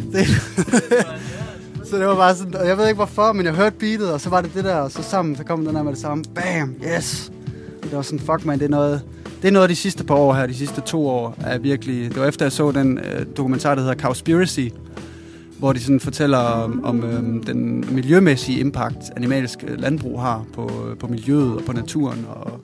Så det var bare sådan, og jeg ved ikke hvorfor, men jeg hørte beatet, og så var det der, og så sammen, så kom den der med det samme. Bam, yes! Det var sådan, fuck man, det er noget af de sidste par år her, de sidste 2 år, er virkelig, det var efter jeg så den dokumentar, der hedder Cowspiracy, hvor de sådan fortæller om den miljømæssige impact, animalisk landbrug har på miljøet og på naturen. Og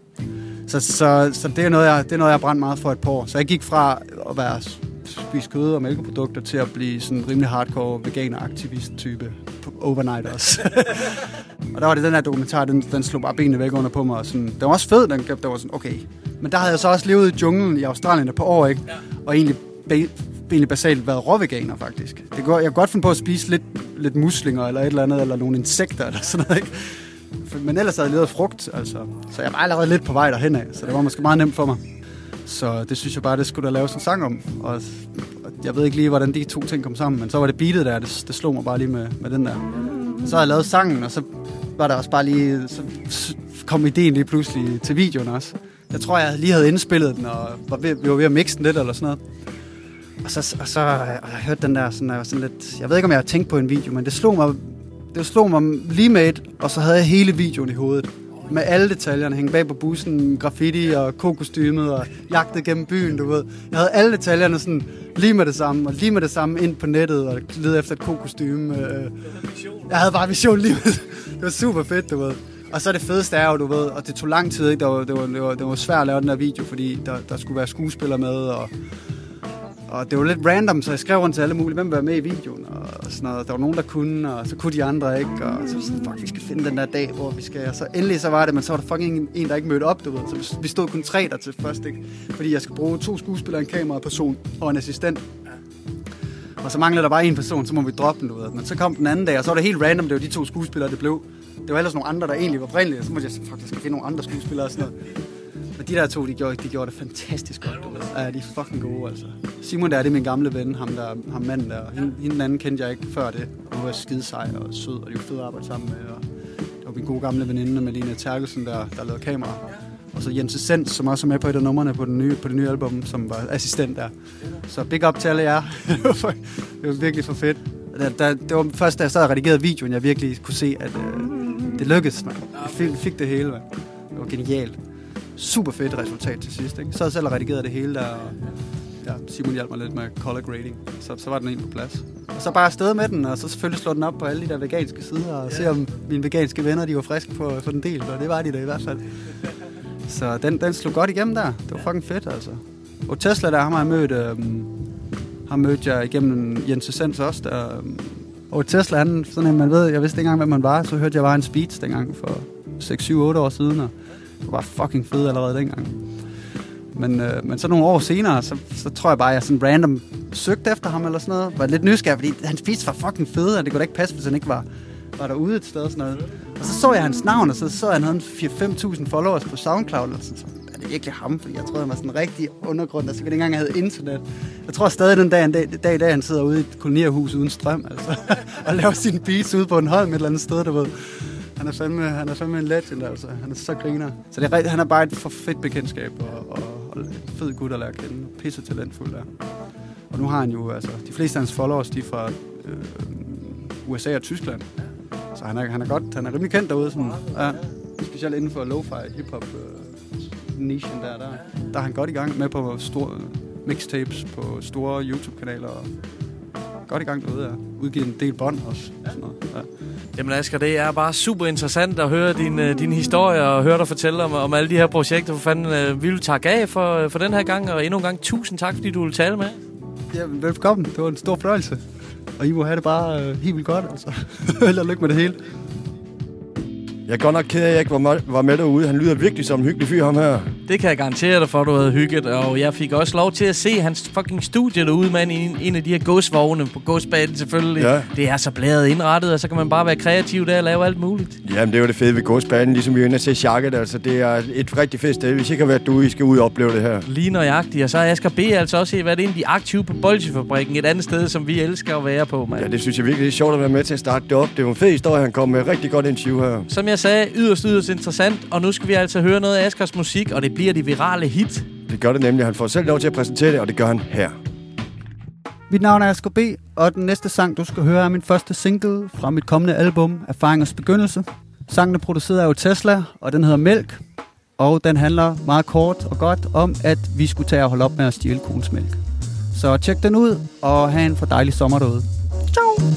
så det er noget, jeg har brændt meget for et par år. Så jeg gik fra at være spise kød og mælkeprodukter til at blive sådan en rimelig hardcore veganer-aktivist-type overnight også. Og der var det den her dokumentar, den slog bare benene væk under på mig. Og sådan, den var også fed, der var sådan, okay. Men der havde jeg så også levet i junglen i Australien et par år, ikke? Ja. Og egentlig basalt været råveganer, faktisk. Jeg kan godt finde på at spise lidt muslinger eller et eller andet, eller nogle insekter eller sådan noget, ikke? Men ellers havde jeg levet frugt, altså. Så jeg var allerede lidt på vej derhen af, så det var måske meget nemt for mig. Så det synes jeg bare, det skulle der laves en sang om. Og jeg ved ikke lige, hvordan de 2 ting kom sammen, men så var det beatet der, det slog mig bare lige med den der. Og så havde jeg lavet sangen, og så var der også bare lige, så kom ideen lige pludselig til videoen også. Jeg tror, jeg lige havde indspillet den, og vi var ved at mixe den lidt eller sådan noget. Og så jeg hørte den der sådan lidt, jeg ved ikke, om jeg havde tænkt på en video, men det slog mig lige med et, og så havde jeg hele videoen i hovedet. Med alle detaljerne, hænge bag på bussen, graffiti og kokostymet og jagtet gennem byen, du ved. Jeg havde alle detaljerne sådan lige med det samme ind på nettet og lede efter et kokostyme. Jeg havde bare vision lige med det. Det var super fedt, du ved. Og så det fedeste er jo, du ved, og det tog lang tid, ikke? Det var svært at lave den her video, fordi der skulle være skuespillere med, og det var lidt random, så jeg skrev rundt til alle mulige, hvem vil være med i videoen, og sådan noget. Der var nogen, der kunne, og så kunne de andre ikke, og så sådan, fuck, vi skal finde den der dag, hvor vi skal, og så endelig så var det, men så var der fucking en, der ikke mødte op, du ved, så vi stod kun 3 der til først, ikke? Fordi jeg skal bruge 2 skuespillere, en kameraperson og en assistent. Og så mangler der bare en person, så må vi droppe den, du ved. Men så kom den anden dag, og så var det helt random, det var de 2 skuespillere, det blev. Det var ellers nogle andre, der egentlig var oprindelige, så måtte jeg sige, fuck, jeg skal finde nogle andre skuespillere og sådan noget. de der to, de gjorde det fantastisk godt. Ja, de er fucking gode, altså. Simon der, det er min gamle ven, ham manden der. Hende den anden kendte jeg ikke før det. Hun var skide sej og sød, og de var fede at arbejde sammen med. Og det var min gode gamle veninde, Malene Terkelsen, der lavede kamera. Og så Jens Essens, som også er med på et af numrene på det nye album, som var assistent der. Så big up til alle jer. Det var virkelig for fedt. Det var først, da jeg sad og redigerede videoen, jeg virkelig kunne se, at det lykkedes, man. Vi fik det hele, man. Det var genialt. Super fedt resultat til sidst, ikke? Så havde jeg selv redigeret det hele der, og ja, Simon hjalp mig lidt med color grading. Så var den en på plads. Og så bare afsted med den, og så selvfølgelig slå den op på alle de der veganske sider, og se om mine veganske venner, de var friske på den del, og det var de da i hvert fald. Så den slog godt igennem der. Det var fucking fedt, altså. Og Tesla der, har mødt jeg igennem Jens Essens også, der. Og Tesla, han, sådan en, man ved, jeg vidste ikke engang, hvem man var, så hørte jeg bare en speech dengang for 6-7-8 år siden, og det var fucking fed allerede dengang. Men så nogle år senere, så tror jeg bare, at jeg sådan random søgte efter ham eller sådan noget. Var lidt nysgerrig, fordi hans speech var fucking fed, og det kunne da ikke passe, hvis han ikke var derude et sted og sådan noget. Og så jeg hans navn, og så han havde 4-5.000 followers på SoundCloud, og så er det virkelig ham, fordi jeg troede, han var sådan en rigtig undergrund, altså ikke engang jeg havde internet. Jeg tror stadig den dag, han sidder ude i et kolonierhus uden strøm, altså, og laver sine beats ude på en Holm et eller andet sted, du ved. Han er fandme en legend, altså. Han er så griner. Så han er bare et for fedt bekendtskab, og en fed gut at lære at kende. Pisse talentfuld der. Og nu har han jo, altså, de fleste af hans followers, de er fra USA og Tyskland. Så han er rimelig kendt derude, sådan, ja, specielt inden for lo-fi, hip-hop nichen der er han godt i gang med på store mixtapes på store YouTube-kanaler, og godt i gang derude, ja. Udgivet en del bånd også, sådan noget, ja. Jamen Asger, det er bare super interessant at høre din historie og høre dig fortælle om alle de her projekter. For fanden, vi vil takke af for den her gang, og endnu en gang tusind tak, fordi du ville tale med. Ja, velkommen. Det var en stor fornøjelse. Og I må have det bare helt vildt godt, altså. Held og lykke med det hele. Jeg er godt nok ked af, at jeg ikke var med derude. Han lyder virkelig som en hyggelig fyr, ham her. Det kan jeg garantere dig for, at du havde hygget. Og jeg fik også lov til at se hans fucking studie derude med en af de her godsvogne på godsbanen selvfølgelig. Ja. Det er så blæret indrettet, og så kan man bare være kreativ der og lave alt muligt. Jamen, det er jo det fede ved godsbanen, ligesom vi er inde og se Sjakket. Altså, det er et rigtig fedt sted. Hvis ikke har været derude, I skal ud og opleve det her. Lige nøjagtigt. Og så er Asger B. altså også været en af de aktive på Bolsjefabrikken. Et andet sted, som vi elsker at være på, mand. Ja, det synes jeg virkelig er sjovt at være med til at starte det op. Det var en fed historie, han kom med. Rigtig godt interview her. Som jeg sagde, yderst interessant, og nu skal vi altså høre noget af Asgers musik, og det bliver de virale hit. Det gør det nemlig. Han får selv lov til at præsentere det, og det gør han her. Mit navn er Asger B., og den næste sang, du skal høre, er min første single fra mit kommende album, Erfaringers Begyndelse. Sangen er produceret af Tesla, og den hedder Mælk, og den handler meget kort og godt om, at vi skulle tage og holde op med at stjæle koens mælk. Så tjek den ud, og have en for dejlig sommer derude. Ciao!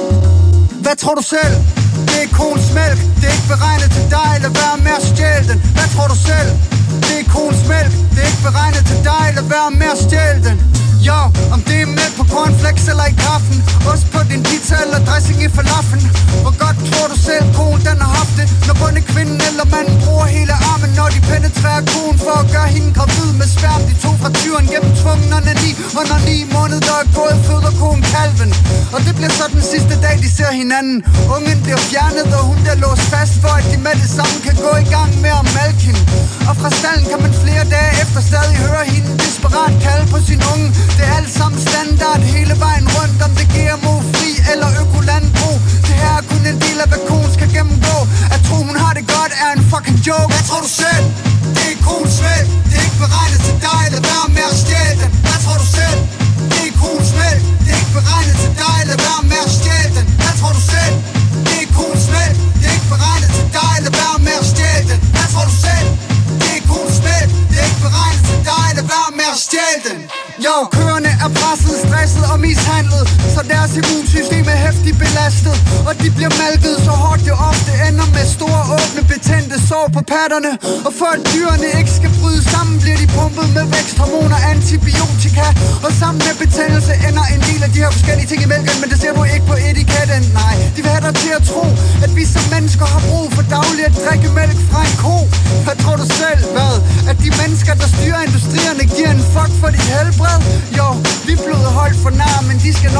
Hvad tror du selv? Det er koens mælk. Det er ikke beregnet til dig. Lad være med at stjæle den. Hvad tror du selv? Det er koens mælk. Det er ikke beregnet til dig. Lad være med at stjæle den. Jo, om det er mælk på cornflakes eller i kaffen, ost på din pizza eller dressing i falafen. Hvor godt tror du selv, koen den har haft det, når både kvinden eller manden bruger hele armen, når de penetrerer koen for at gøre hende gravid med sperm. De to fra tyren gennem tvungen onani, og når 9 måneder er gået, føder koen kalven. Og det bliver så den sidste dag, de ser hinanden. Ungen bliver fjernet, og hun bliver låst fast, for at de med det samme kan gå i gang med at malke hende. Og fra stallen kan man flere dage efter stadig høre hende desperat kalde på sin unge. Det er alt sammen standard hele vejen rundt, om det GMO-fri eller økolandbrug. Det her er kun en del af, hvad koen skal gennemgå. At tro, hun har det godt, er en fucking joke. Hvad tror du selv? Det er koens mælk. Det er ikke beregnet til dig. Lad være med at stjæle den. Hvad tror du selv? Det er koens mælk. Det er ikke beregnet til dig. Lad være med at stjæle den. Hvad tror du selv? Det er koens mælk. Det er ikke beregnet til dig. Lad være med at stjæle den. Hvad tror du selv? Det er koens mælk. Det er ikke beregnet til dig. Lad være med at stjæle den. Jo, køerne er presset, stresset og mishandlet, så deres immunsystem er hæftigt belastet. Og de bliver malket så hårdt, det ofte ender med store åbne betændte sår på patterne. Og for at dyrene ikke skal bryde sammen, bliver de pumpet med væksthormoner, antibiotika. Og sammen med betændelse ender en del af de her forskellige ting i mælken, men det ser du ikke på etiketten. Nej, de vil have dig til at tro, at vi som mennesker har brug for dagligt at drikke mælk fra en ko. Hvad tror du selv, hvad? At de mennesker, der styrer industrierne, giver en fuck for dit helbred? Jo, vi er blevet holdt for nar, men de skal nok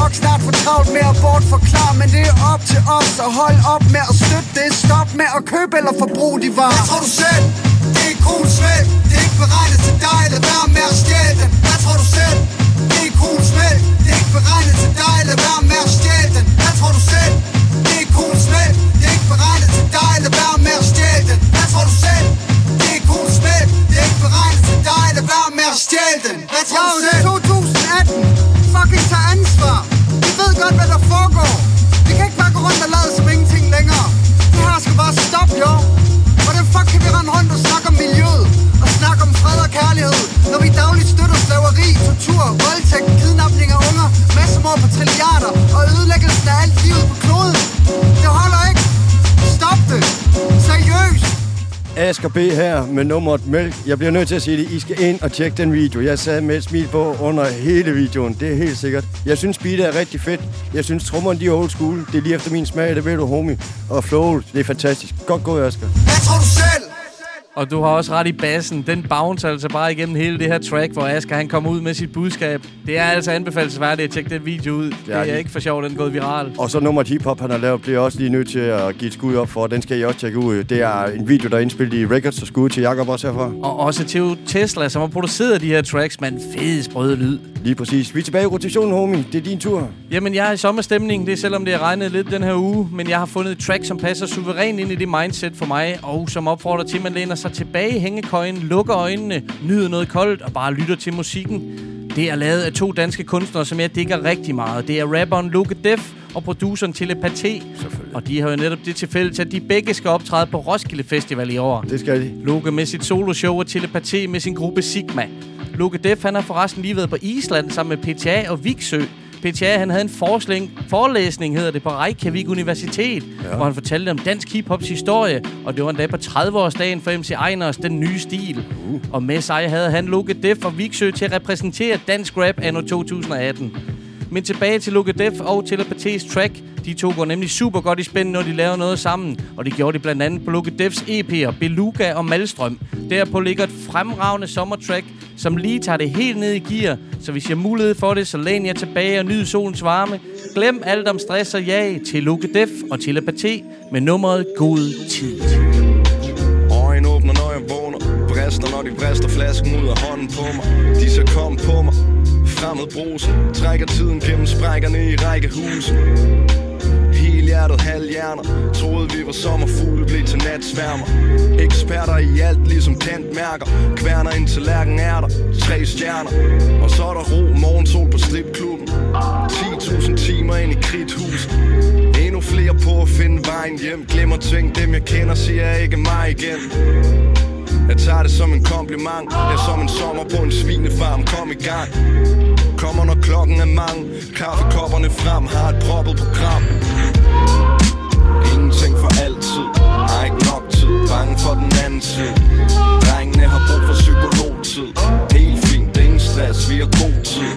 nok snart for travlt med at bortforklare, men det er op til os at holde op med at støtte det. Stop med at købe eller forbruge de varer. Hvad tror du selv? Det er Koens mælk. Det er ikke beregnet til dig. Lad være med at stjæle den. Hvad tror du selv? Det er Koens mælk. Det er ikke beregnet til dig. Lad være med at stjæle den. Hvad tror du selv? Det er Koens mælk. Det er ikke beregnet til dig. Lad være med at stjæle den. Hvad tror du selv? Det er Koens mælk. Det er ikke beregnet til dig. Lad være med at stjæle den. Hvad tror du selv? 2018. Fucking tag ansvar. Vi ved godt, hvad der foregår. Vi kan ikke bare gå rundt og lade som ingenting længere. Det her skal bare stoppe, jo. Hvordan fuck kan vi rende rundt og snakke om miljøet? Og snakke om fred og kærlighed, når vi dagligt støtter slaveri, tortur, voldtægt, kidnapning af unger, massemord på trilliarder og ødelæggelsen af alt livet på kloden? Det holder ikke. Stop det. Seriøst. Asger B. her med nummeret Mælk. Jeg bliver nødt til at sige det. I skal ind og tjekke den video. Jeg sad med et smil på under hele videoen. Det er helt sikkert. Jeg synes, beatet er rigtig fedt. Jeg synes, trommerne de er old school. Det er lige efter min smag. Det ved du, homie. Og flow, det er fantastisk. Godt gået, Asger. Hvad tror du selv? Og du har også ret i bassen. Den bounce altså bare igennem hele det her track, hvor Asger han kommer ud med sit budskab. Det er altså anbefalesværdigt at tjekke den video ud. Det er ikke for sjovt, den er gået viral. Og så nummeret hiphop, han har lavet, bliver også lige nødt til at give et skud op for. Den skal I også tjekke ud. Det er en video, der er indspillet i Records, så skud til Jakob også herfra. Og også til Tesla, som har produceret de her tracks med en fed sprøde lyd. Lige præcis. Vi er tilbage i rotationen, homie. Det er din tur. Jamen, jeg er i sommerstemning. Det er selvom det er regnet lidt den her uge. Men jeg har fundet et track, som passer suverænt ind i det mindset for mig. Og som opfordrer til, at man læner sig tilbage i hængekøjen, lukker øjnene, nyder noget koldt og bare lytter til musikken. Det er lavet af to danske kunstnere, som jeg digger rigtig meget. Det er rapperen Loke Def og produceren Telepathy. Og de har jo netop det tilfælde til, at de begge skal optræde på Roskilde Festival i år. Det skal de. Loke med sit soloshow og Telepathy med sin gruppe Sigma. Loke Def, han har forresten lige været på Island sammen med PTA og Viksø. PTA, han havde en forelæsning, hedder det, på Reykjavik Universitet, hvor han fortalte om dansk hiphops historie, og det var en dag på 30-årsdagen for MC Einars, den nye stil. Og med sig havde han Loke Def og Viksø til at repræsentere dansk rap anno 2018. Men tilbage til Loke Def og Telepathys track. De to går nemlig super godt i spænd, når de laver noget sammen. Og det gjorde de blandt andet på Loke Defs EP'er, Beluga og Malstrøm. Derpå ligger et fremragende sommertrack, som lige tager det helt ned i gear. Så hvis jeg har mulighed for det, så læn jer tilbage og nyd solens varme. Glem alt om stress og jag til Loke Def og Telepathy med nummeret God Tid. Øjen åbner, når jeg vågner. Brister, når de brister flasken ud af hånden på mig. De så kom på mig. Fremmed bruse. Trækker tiden gennem sprækkerne i rækkehusen. Helhjertet, halvhjerner. Troede vi var sommerfugle, blev til natsværmer. Eksperter i alt, ligesom kantmærker. Kværner ind til lærken er der 3 stjerner. Og så er der ro, morgensol på stripklubben. 10.000 timer ind i kridthuset. Endnu flere på at finde vejen hjem. Glemmer ting, dem jeg kender, siger jeg ikke mig igen. Jeg tager det som en kompliment. Jeg er som en sommer på en svinefarm. Kom i gang. Kommer når klokken er mange. Kaffekopperne frem, har et proppet program. Ingenting for altid. Har ikke nok tid. Bange for den anden side. Drengene har brug for psykologtid. Helt fint, ingen stress, vi har god tid.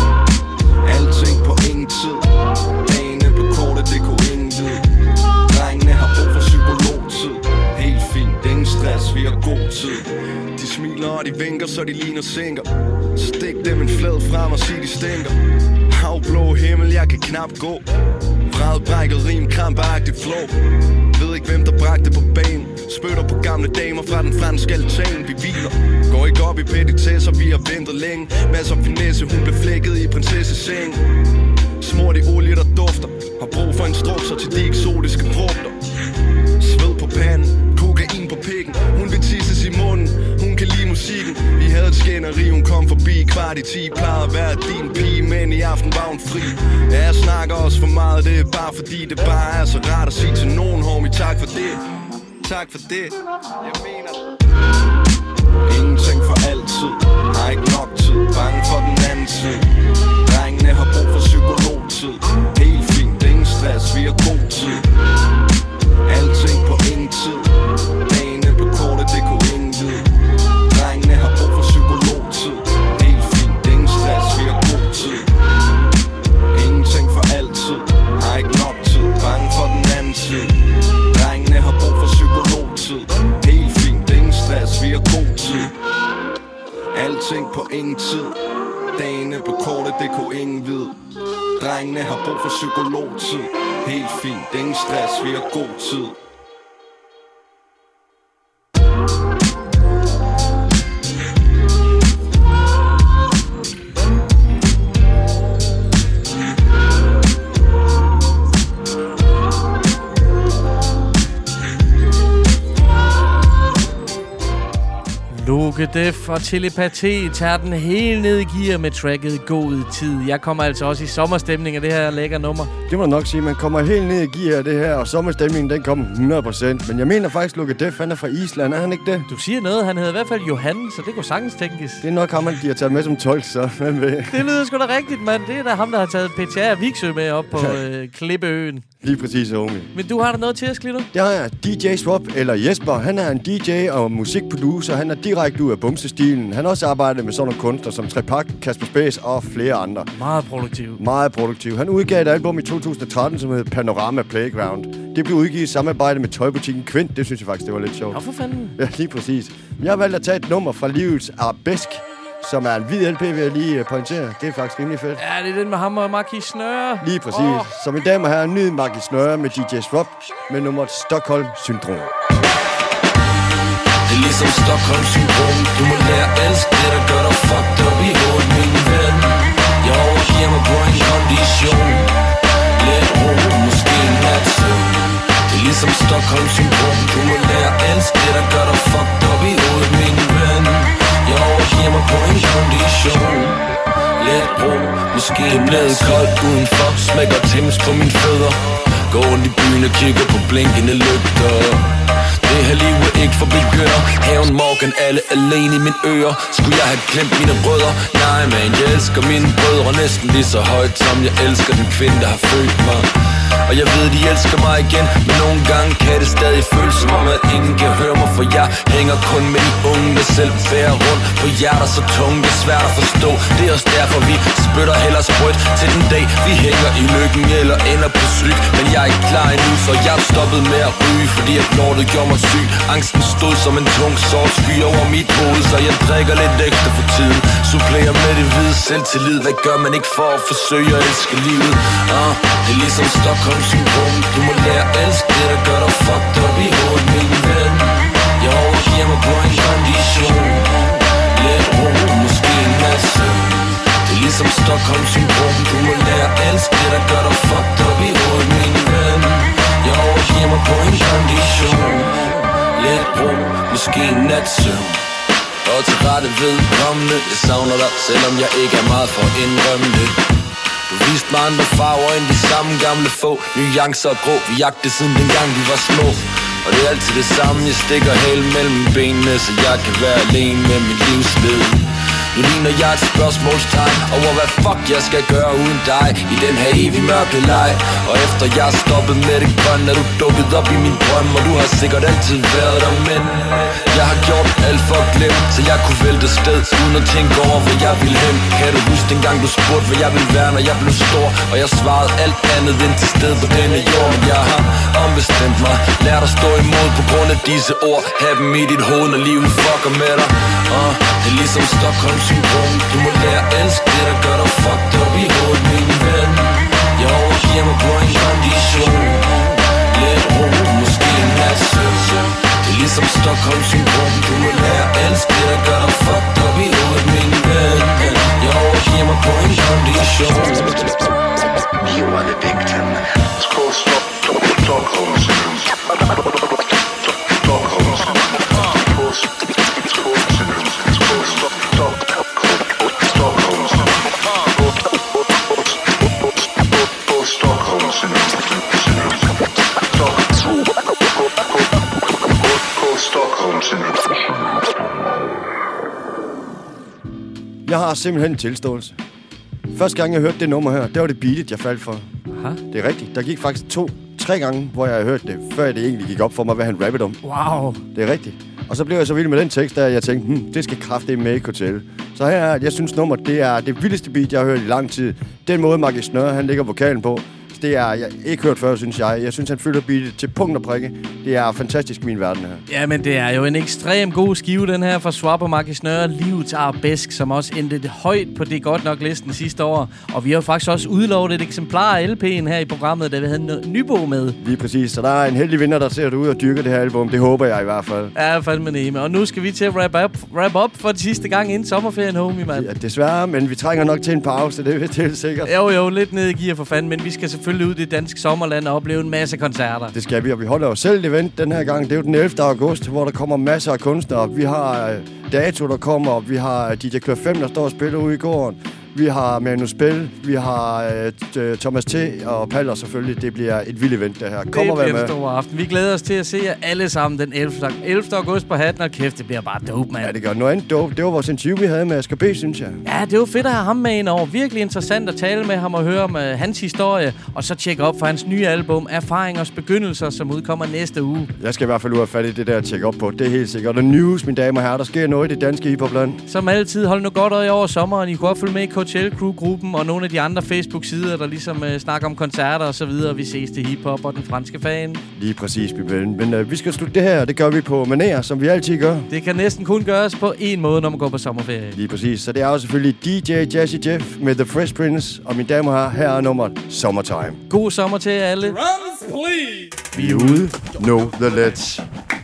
Alting på ingen tid. Dagene blev korte, det kunne ingen vide. Drengene har brug for psykologtid. Helt fint, ingen stress, vi har god tid. De smiler og de vinker, så de ligner sinker. Stik dem en flad frem og sig de stinker. Havblå himmel, jeg kan knap gå. Vredbrækket rim, krampagtigt flow. Ved ikke hvem der bragte på banen. Spytter på gamle damer fra den franske altan. Vi hviler, går ikke op i petitesser, vi har ventet længe. Masser af finesse, hun blev flækket i prinsesseseng. Smurt i olie der dufter. Har brug for instrukser til de eksotiske frugter. Sved på panden, kokain på pikken. Hun vil tisses i munden, hun kan lide musikken. Vi havde et skænderi, hun kom forbi 9:15. Plejede at være din pige, men i aften var hun fri. Ja, jeg snakker også for meget, det er bare fordi det bare er så rart at sige til nogen, homie, tak for det. Tak for det, jeg mener det. Ingenting for altid, har ikke nok tid. Bange for den anden side. Drengene har brug for psykologtid. Helt fint, ingen stress, vi har god tid. Alting på ingen tid. Dagene blev korte, det kunne ingen vide. Drengene har brug for psykologtid. Helt fint, ingen stress, vi har god tid. Ingenting for altid, har ikke nok tid. Bange for den anden side. Drengene har brug for psykologtid. Helt fint, ingen stress, vi har god tid. Alting på ingen tid. Dagene blev korte, det kunne ingen vide. Drengene har brug for psykologtid. Helt fint, ingen stress, vi har god tid. Loke Def og Telepati tager den helt ned i gear med tracket God Tid. Jeg kommer altså også i sommerstemning af det her lækre nummer. Det må nok sige, man kommer helt ned i gear af det her, og sommerstemningen den kommer 100%. Men jeg mener faktisk, Loke Def, han er fra Island, er han ikke det? Du siger noget, han hedder i hvert fald Johan, så det kunne sagtens tænkes. Det er nok ham, de har taget med som tolk, så hvem ved? Det lyder sgu da rigtigt, mand. Det er da ham, der har taget PTA og Viksø med op på Klippeøen. Lige præcis, homie. Men du har da noget til at skrive? Det har jeg. DJ Swap, eller Jesper. Han er en DJ og musikproducer. Han er direkte ud af bumsestilen. Han har også arbejdet med sådan nogle kunstnere som Trepak, Kasper Space og flere andre. Meget produktiv. Meget produktiv. Han udgav et album i 2013, som hed Panorama Playground. Det blev udgivet i samarbejde med tøjbutikken Kvint. Det synes jeg faktisk, det var lidt sjovt. Nå, for fanden. Ja, lige præcis. Jeg har valgt at tage et nummer fra Livets Arabesk, som er en hvid LP, vil jeg lige pointere. Det er faktisk rimelig fedt. Ja, det er den med ham og Maki Snøre. Lige præcis. Som en dame her, nyd Maki Snøre med DJ Swap med nummeret Stockholm Syndrom. Det er ligesom Stockholm Syndrom. Du må lære at elske det, der gør dig fucked up i hovedet, min ven. Jeg overgiver mig på en kondition. Lidt ro, måske en natsøvn. Det er ligesom Stockholm Syndrom. Du må lære at elske det, der gør dig fucked up i hovedet, min ven. Jeg overgiver mig på en kondition. Lidt ro, måske det er blevet koldt udenfor. Smækker Tims på mine fødder. Går rundt i byen og kigger på blinkende lygter. Det her liv er ikke for begynder. Haven Morgan, alle alene i mine ører. Skulle jeg have glemt mine rødder? Nej, man, jeg elsker mine brødre næsten lige så højt, som jeg elsker den kvinde, der har født mig. Og jeg ved, de elsker mig igen, men nogle gange kan det stadig føles som om, at ingen kan høre mig. For jeg hænger kun med de unge, der selv bærer rundt på hjerter så tunge, det er svært at forstå. Det er også derfor, vi spytter heller sprødt til den dag, vi hænger i lykken eller ender på syg. Men jeg er ikke klar endnu, så jeg er stoppet med at ryge, fordi at lortet gjorde mig syg. Angsten stod som en tung sort sky over mit hoved, så jeg drikker lidt ekstra for tiden. Supplerer med det hvide selvtillid. Hvad gør man ikke for at forsøge at elske livet? Det er ligesom Stockholm Syndrom. Du må lære at elske det, der gør dig fucked up i hovedet, min ven. Jeg overgiver mig på en kondition. Lidt ro, måske en masse. Det er ligesom Stockholm Syndrom. Du må lære at elske det, der gør dig fucked up i hovedet, min ven. Jeg overgiver mig på en kondition. Lidt ro, måske en natsøvn. Og til rette vedkommende, jeg savner dig, selvom jeg ikke er meget for at indrømme det. Du viste mig andre farver end de samme gamle få. Nuancer og grå, vi jagtede siden dengang vi var små. Og det er altid det samme, jeg stikker hæl mellem benene, så jeg kan være alene med mit livsled. Nu ligner jeg et spørgsmålstegn over hvad fuck jeg skal gøre uden dig i den her evig mørke leg. Og efter jeg er stoppet med det grønne, er du dukket op i min drøm. Og du har sikkert altid været der, men jeg har gjort alt for at glemme, så jeg kunne vælte sted uden at tænke over hvad jeg ville hen. Kan du huske dengang du spurgte hvad jeg ville være når jeg blev stor? Og jeg svarede alt andet end til sted på denne jord. Men jeg har ombestemt mig, lært at stå imod på grund af disse ord. Have dem i dit hoved når livet fucker med dig. Det er ligesom Stockholm Syndrom. Du må lære at elske det, der gør dig fucked up i hovedet, min ven. Jeg overgiver mig på en kondition. Lidt ro, måske en natsøvn. Det er ligesom Stockholm Syndrom. Du må lære at elske det, der gør dig fucked up i hovedet, min ven. Jeg overgiver mig på en kondition. You are the victim. It's called Stockholm Syndrom. Stockholm Syndrom. Jeg har simpelthen en tilståelse. Første gang, jeg hørte det nummer her, der var det beatet, jeg faldt for. Aha. Det er rigtigt. Der gik faktisk 2-3 gange, hvor jeg hørte det, før det egentlig gik op for mig, hvad han rappede om. Wow. Det er rigtigt. Og så blev jeg så vild med den tekst, der jeg tænkte, det skal kraftedeme med i hotel. Så her, jeg synes nummer, det er det vildeste beat, jeg har hørt i lang tid. Den måde, Marcus Snøre, han lægger vokalen på. Det er jeg ikke hørt før, synes jeg. Jeg synes, han følger beatet til punkt og prikke. Det er fantastisk i min verden her. Ja, men det er jo en ekstrem god skive, den her fra Swap og Marcus Nøre, Livets Arabesk, som også endte højt på Det Godt Nok-listen sidste år. Og vi har jo faktisk også udlovet et eksemplar af LP'en her i programmet, da vi havde Nybo med. Lige præcis. Så der er en heldig vinder, der ser ud og dyrker det her album. Det håber jeg i hvert fald. Ja, fandme nemme. Og nu skal vi til at wrap up for den sidste gang inden sommerferien, homie, mand. Ja, desværre, men vi trænger nok til en pause, det er helt sikkert. Jo, lidt ned i gear for fanden, men vi skal selvfølgelig ud i det danske sommerland og opleve en masse koncerter. Det skal vi, og vi holder jo selv et event den her gang. Det er jo den 11. august, hvor der kommer masser af kunstnere. Vi har Dato, der kommer, vi har DJ Klør 5, der står og spiller ude i gården. Vi har Manu Spil, vi har Thomas T. og Paller selvfølgelig. Det bliver et vildt event, det her. Kom og vær med. Det bliver en stor aften. Vi glæder os til at se jer alle sammen den 11. august på Hatten, og kæft, det bliver bare dope, mand. Ja, det gør noget andet dope. Det var vores interview, vi havde med Asger B., synes jeg. Ja, det var fedt at have ham med ind over. Virkelig interessant at tale med ham og høre om hans historie, og så tjekke op for hans nye album, Erfaringers Begyndelser, som udkommer næste uge. Jeg skal i hvert fald ud af fat i det der at tjekke op på. Det er helt sikkert. Og news, mine damer og herrer, der sker noget i det danske hiphopland. Som altid, hold nu godt øje over sommeren. I kan godt følge med i KTL Crew-gruppen og nogle af de andre Facebook-sider, der ligesom snakker om koncerter og så videre. Vi ses til hiphop og den franske fan. Lige præcis, men vi skal slutte det her, og det gør vi på manér, som vi altid gør. Det kan næsten kun gøres på én måde, når man går på sommerferie. Lige præcis, så det er jo selvfølgelig DJ Jazzy Jeff med The Fresh Prince, og mine damer og herrer, her er nummeret Summertime. God sommer til jer alle. Drums, please. Vi er ude. Know the let's.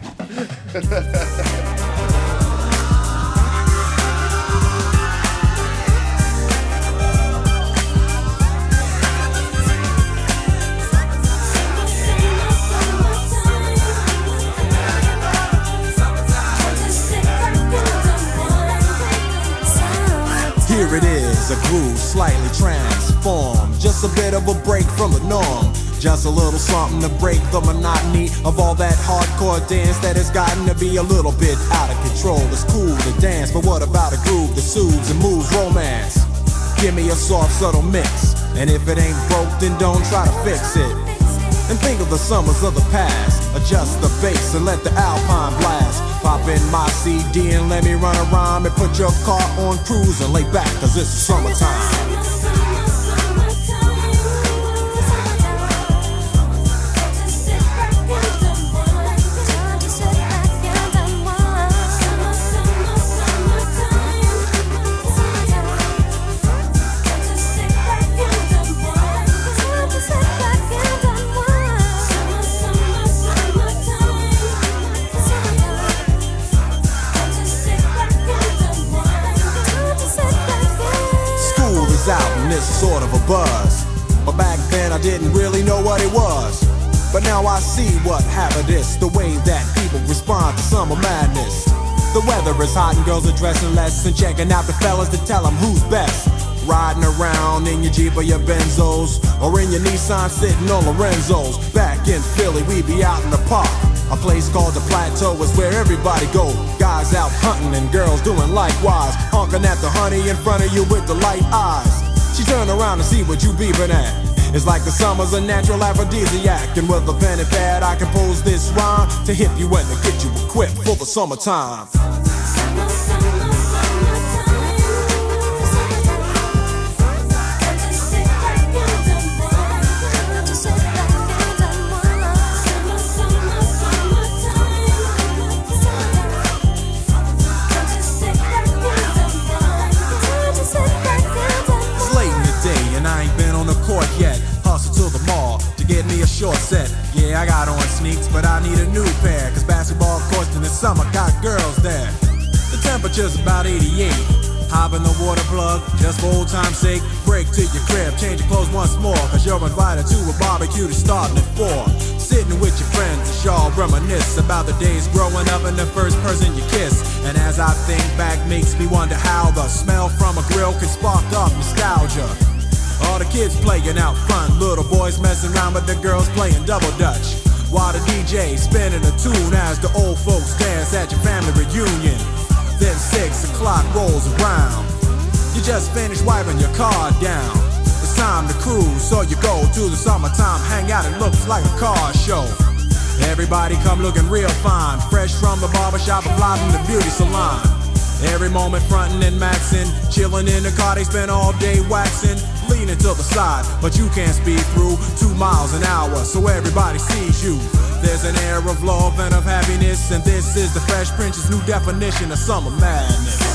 Here it is, a groove slightly transformed. Just a bit of a break from the norm. Just a little something to break the monotony of all that hardcore dance that has gotten to be a little bit out of control. It's cool to dance, but what about a groove that soothes and moves romance? Give me a soft, subtle mix, and if it ain't broke, then don't try to fix it. And think of the summers of the past. Adjust the bass and let the Alpine blast. Pop in my CD and let me run a rhyme and put your car on cruise and lay back, cause it's summertime. Sort of a buzz, but back then I didn't really know what it was. But now I see what happened is the way that people respond to summer madness. The weather is hot and girls are dressing less and checking out the fellas to tell them who's best. Riding around in your Jeep or your Benzos, or in your Nissan sitting on Lorenzo's. Back in Philly we be out in the park. A place called the Plateau is where everybody go. Guys out hunting and girls doing likewise. Honking at the honey in front of you with the light eyes. She turn around to see what you beeping at. It's like the summer's a natural aphrodisiac. And with a pen and pad I compose this rhyme to hip you and to get you equipped for the summertime. Yet, hustle to the mall to get me a short set. Yeah, I got on sneaks, but I need a new pair, cause basketball courts in the summer got girls there. The temperature's about 88. Hop in the water plug, just for old time's sake. Break to your crib, change your clothes once more, cause you're invited to a barbecue that's starting at 4. Sitting with your friends, y'all reminisce about the days growing up and the first person you kiss. And as I think back, makes me wonder how the smell from a grill can spark up nostalgia. All the kids playing out front, little boys messing around with the girls playing double dutch. While the DJ spinning a tune as the old folks dance at your family reunion. Then 6 o'clock rolls around. You just finished wiping your car down. It's time to cruise, so you go to the summertime hangout. It looks like a car show. Everybody come looking real fine, fresh from the barbershop or fly from the beauty salon. Every moment frontin' and maxin', chillin' in the car, they spend all day waxin'. leaning to the side, but you can't speed through 2 miles an hour, so everybody sees you. There's an air of love and of happiness, and this is the Fresh Prince's new definition of summer madness.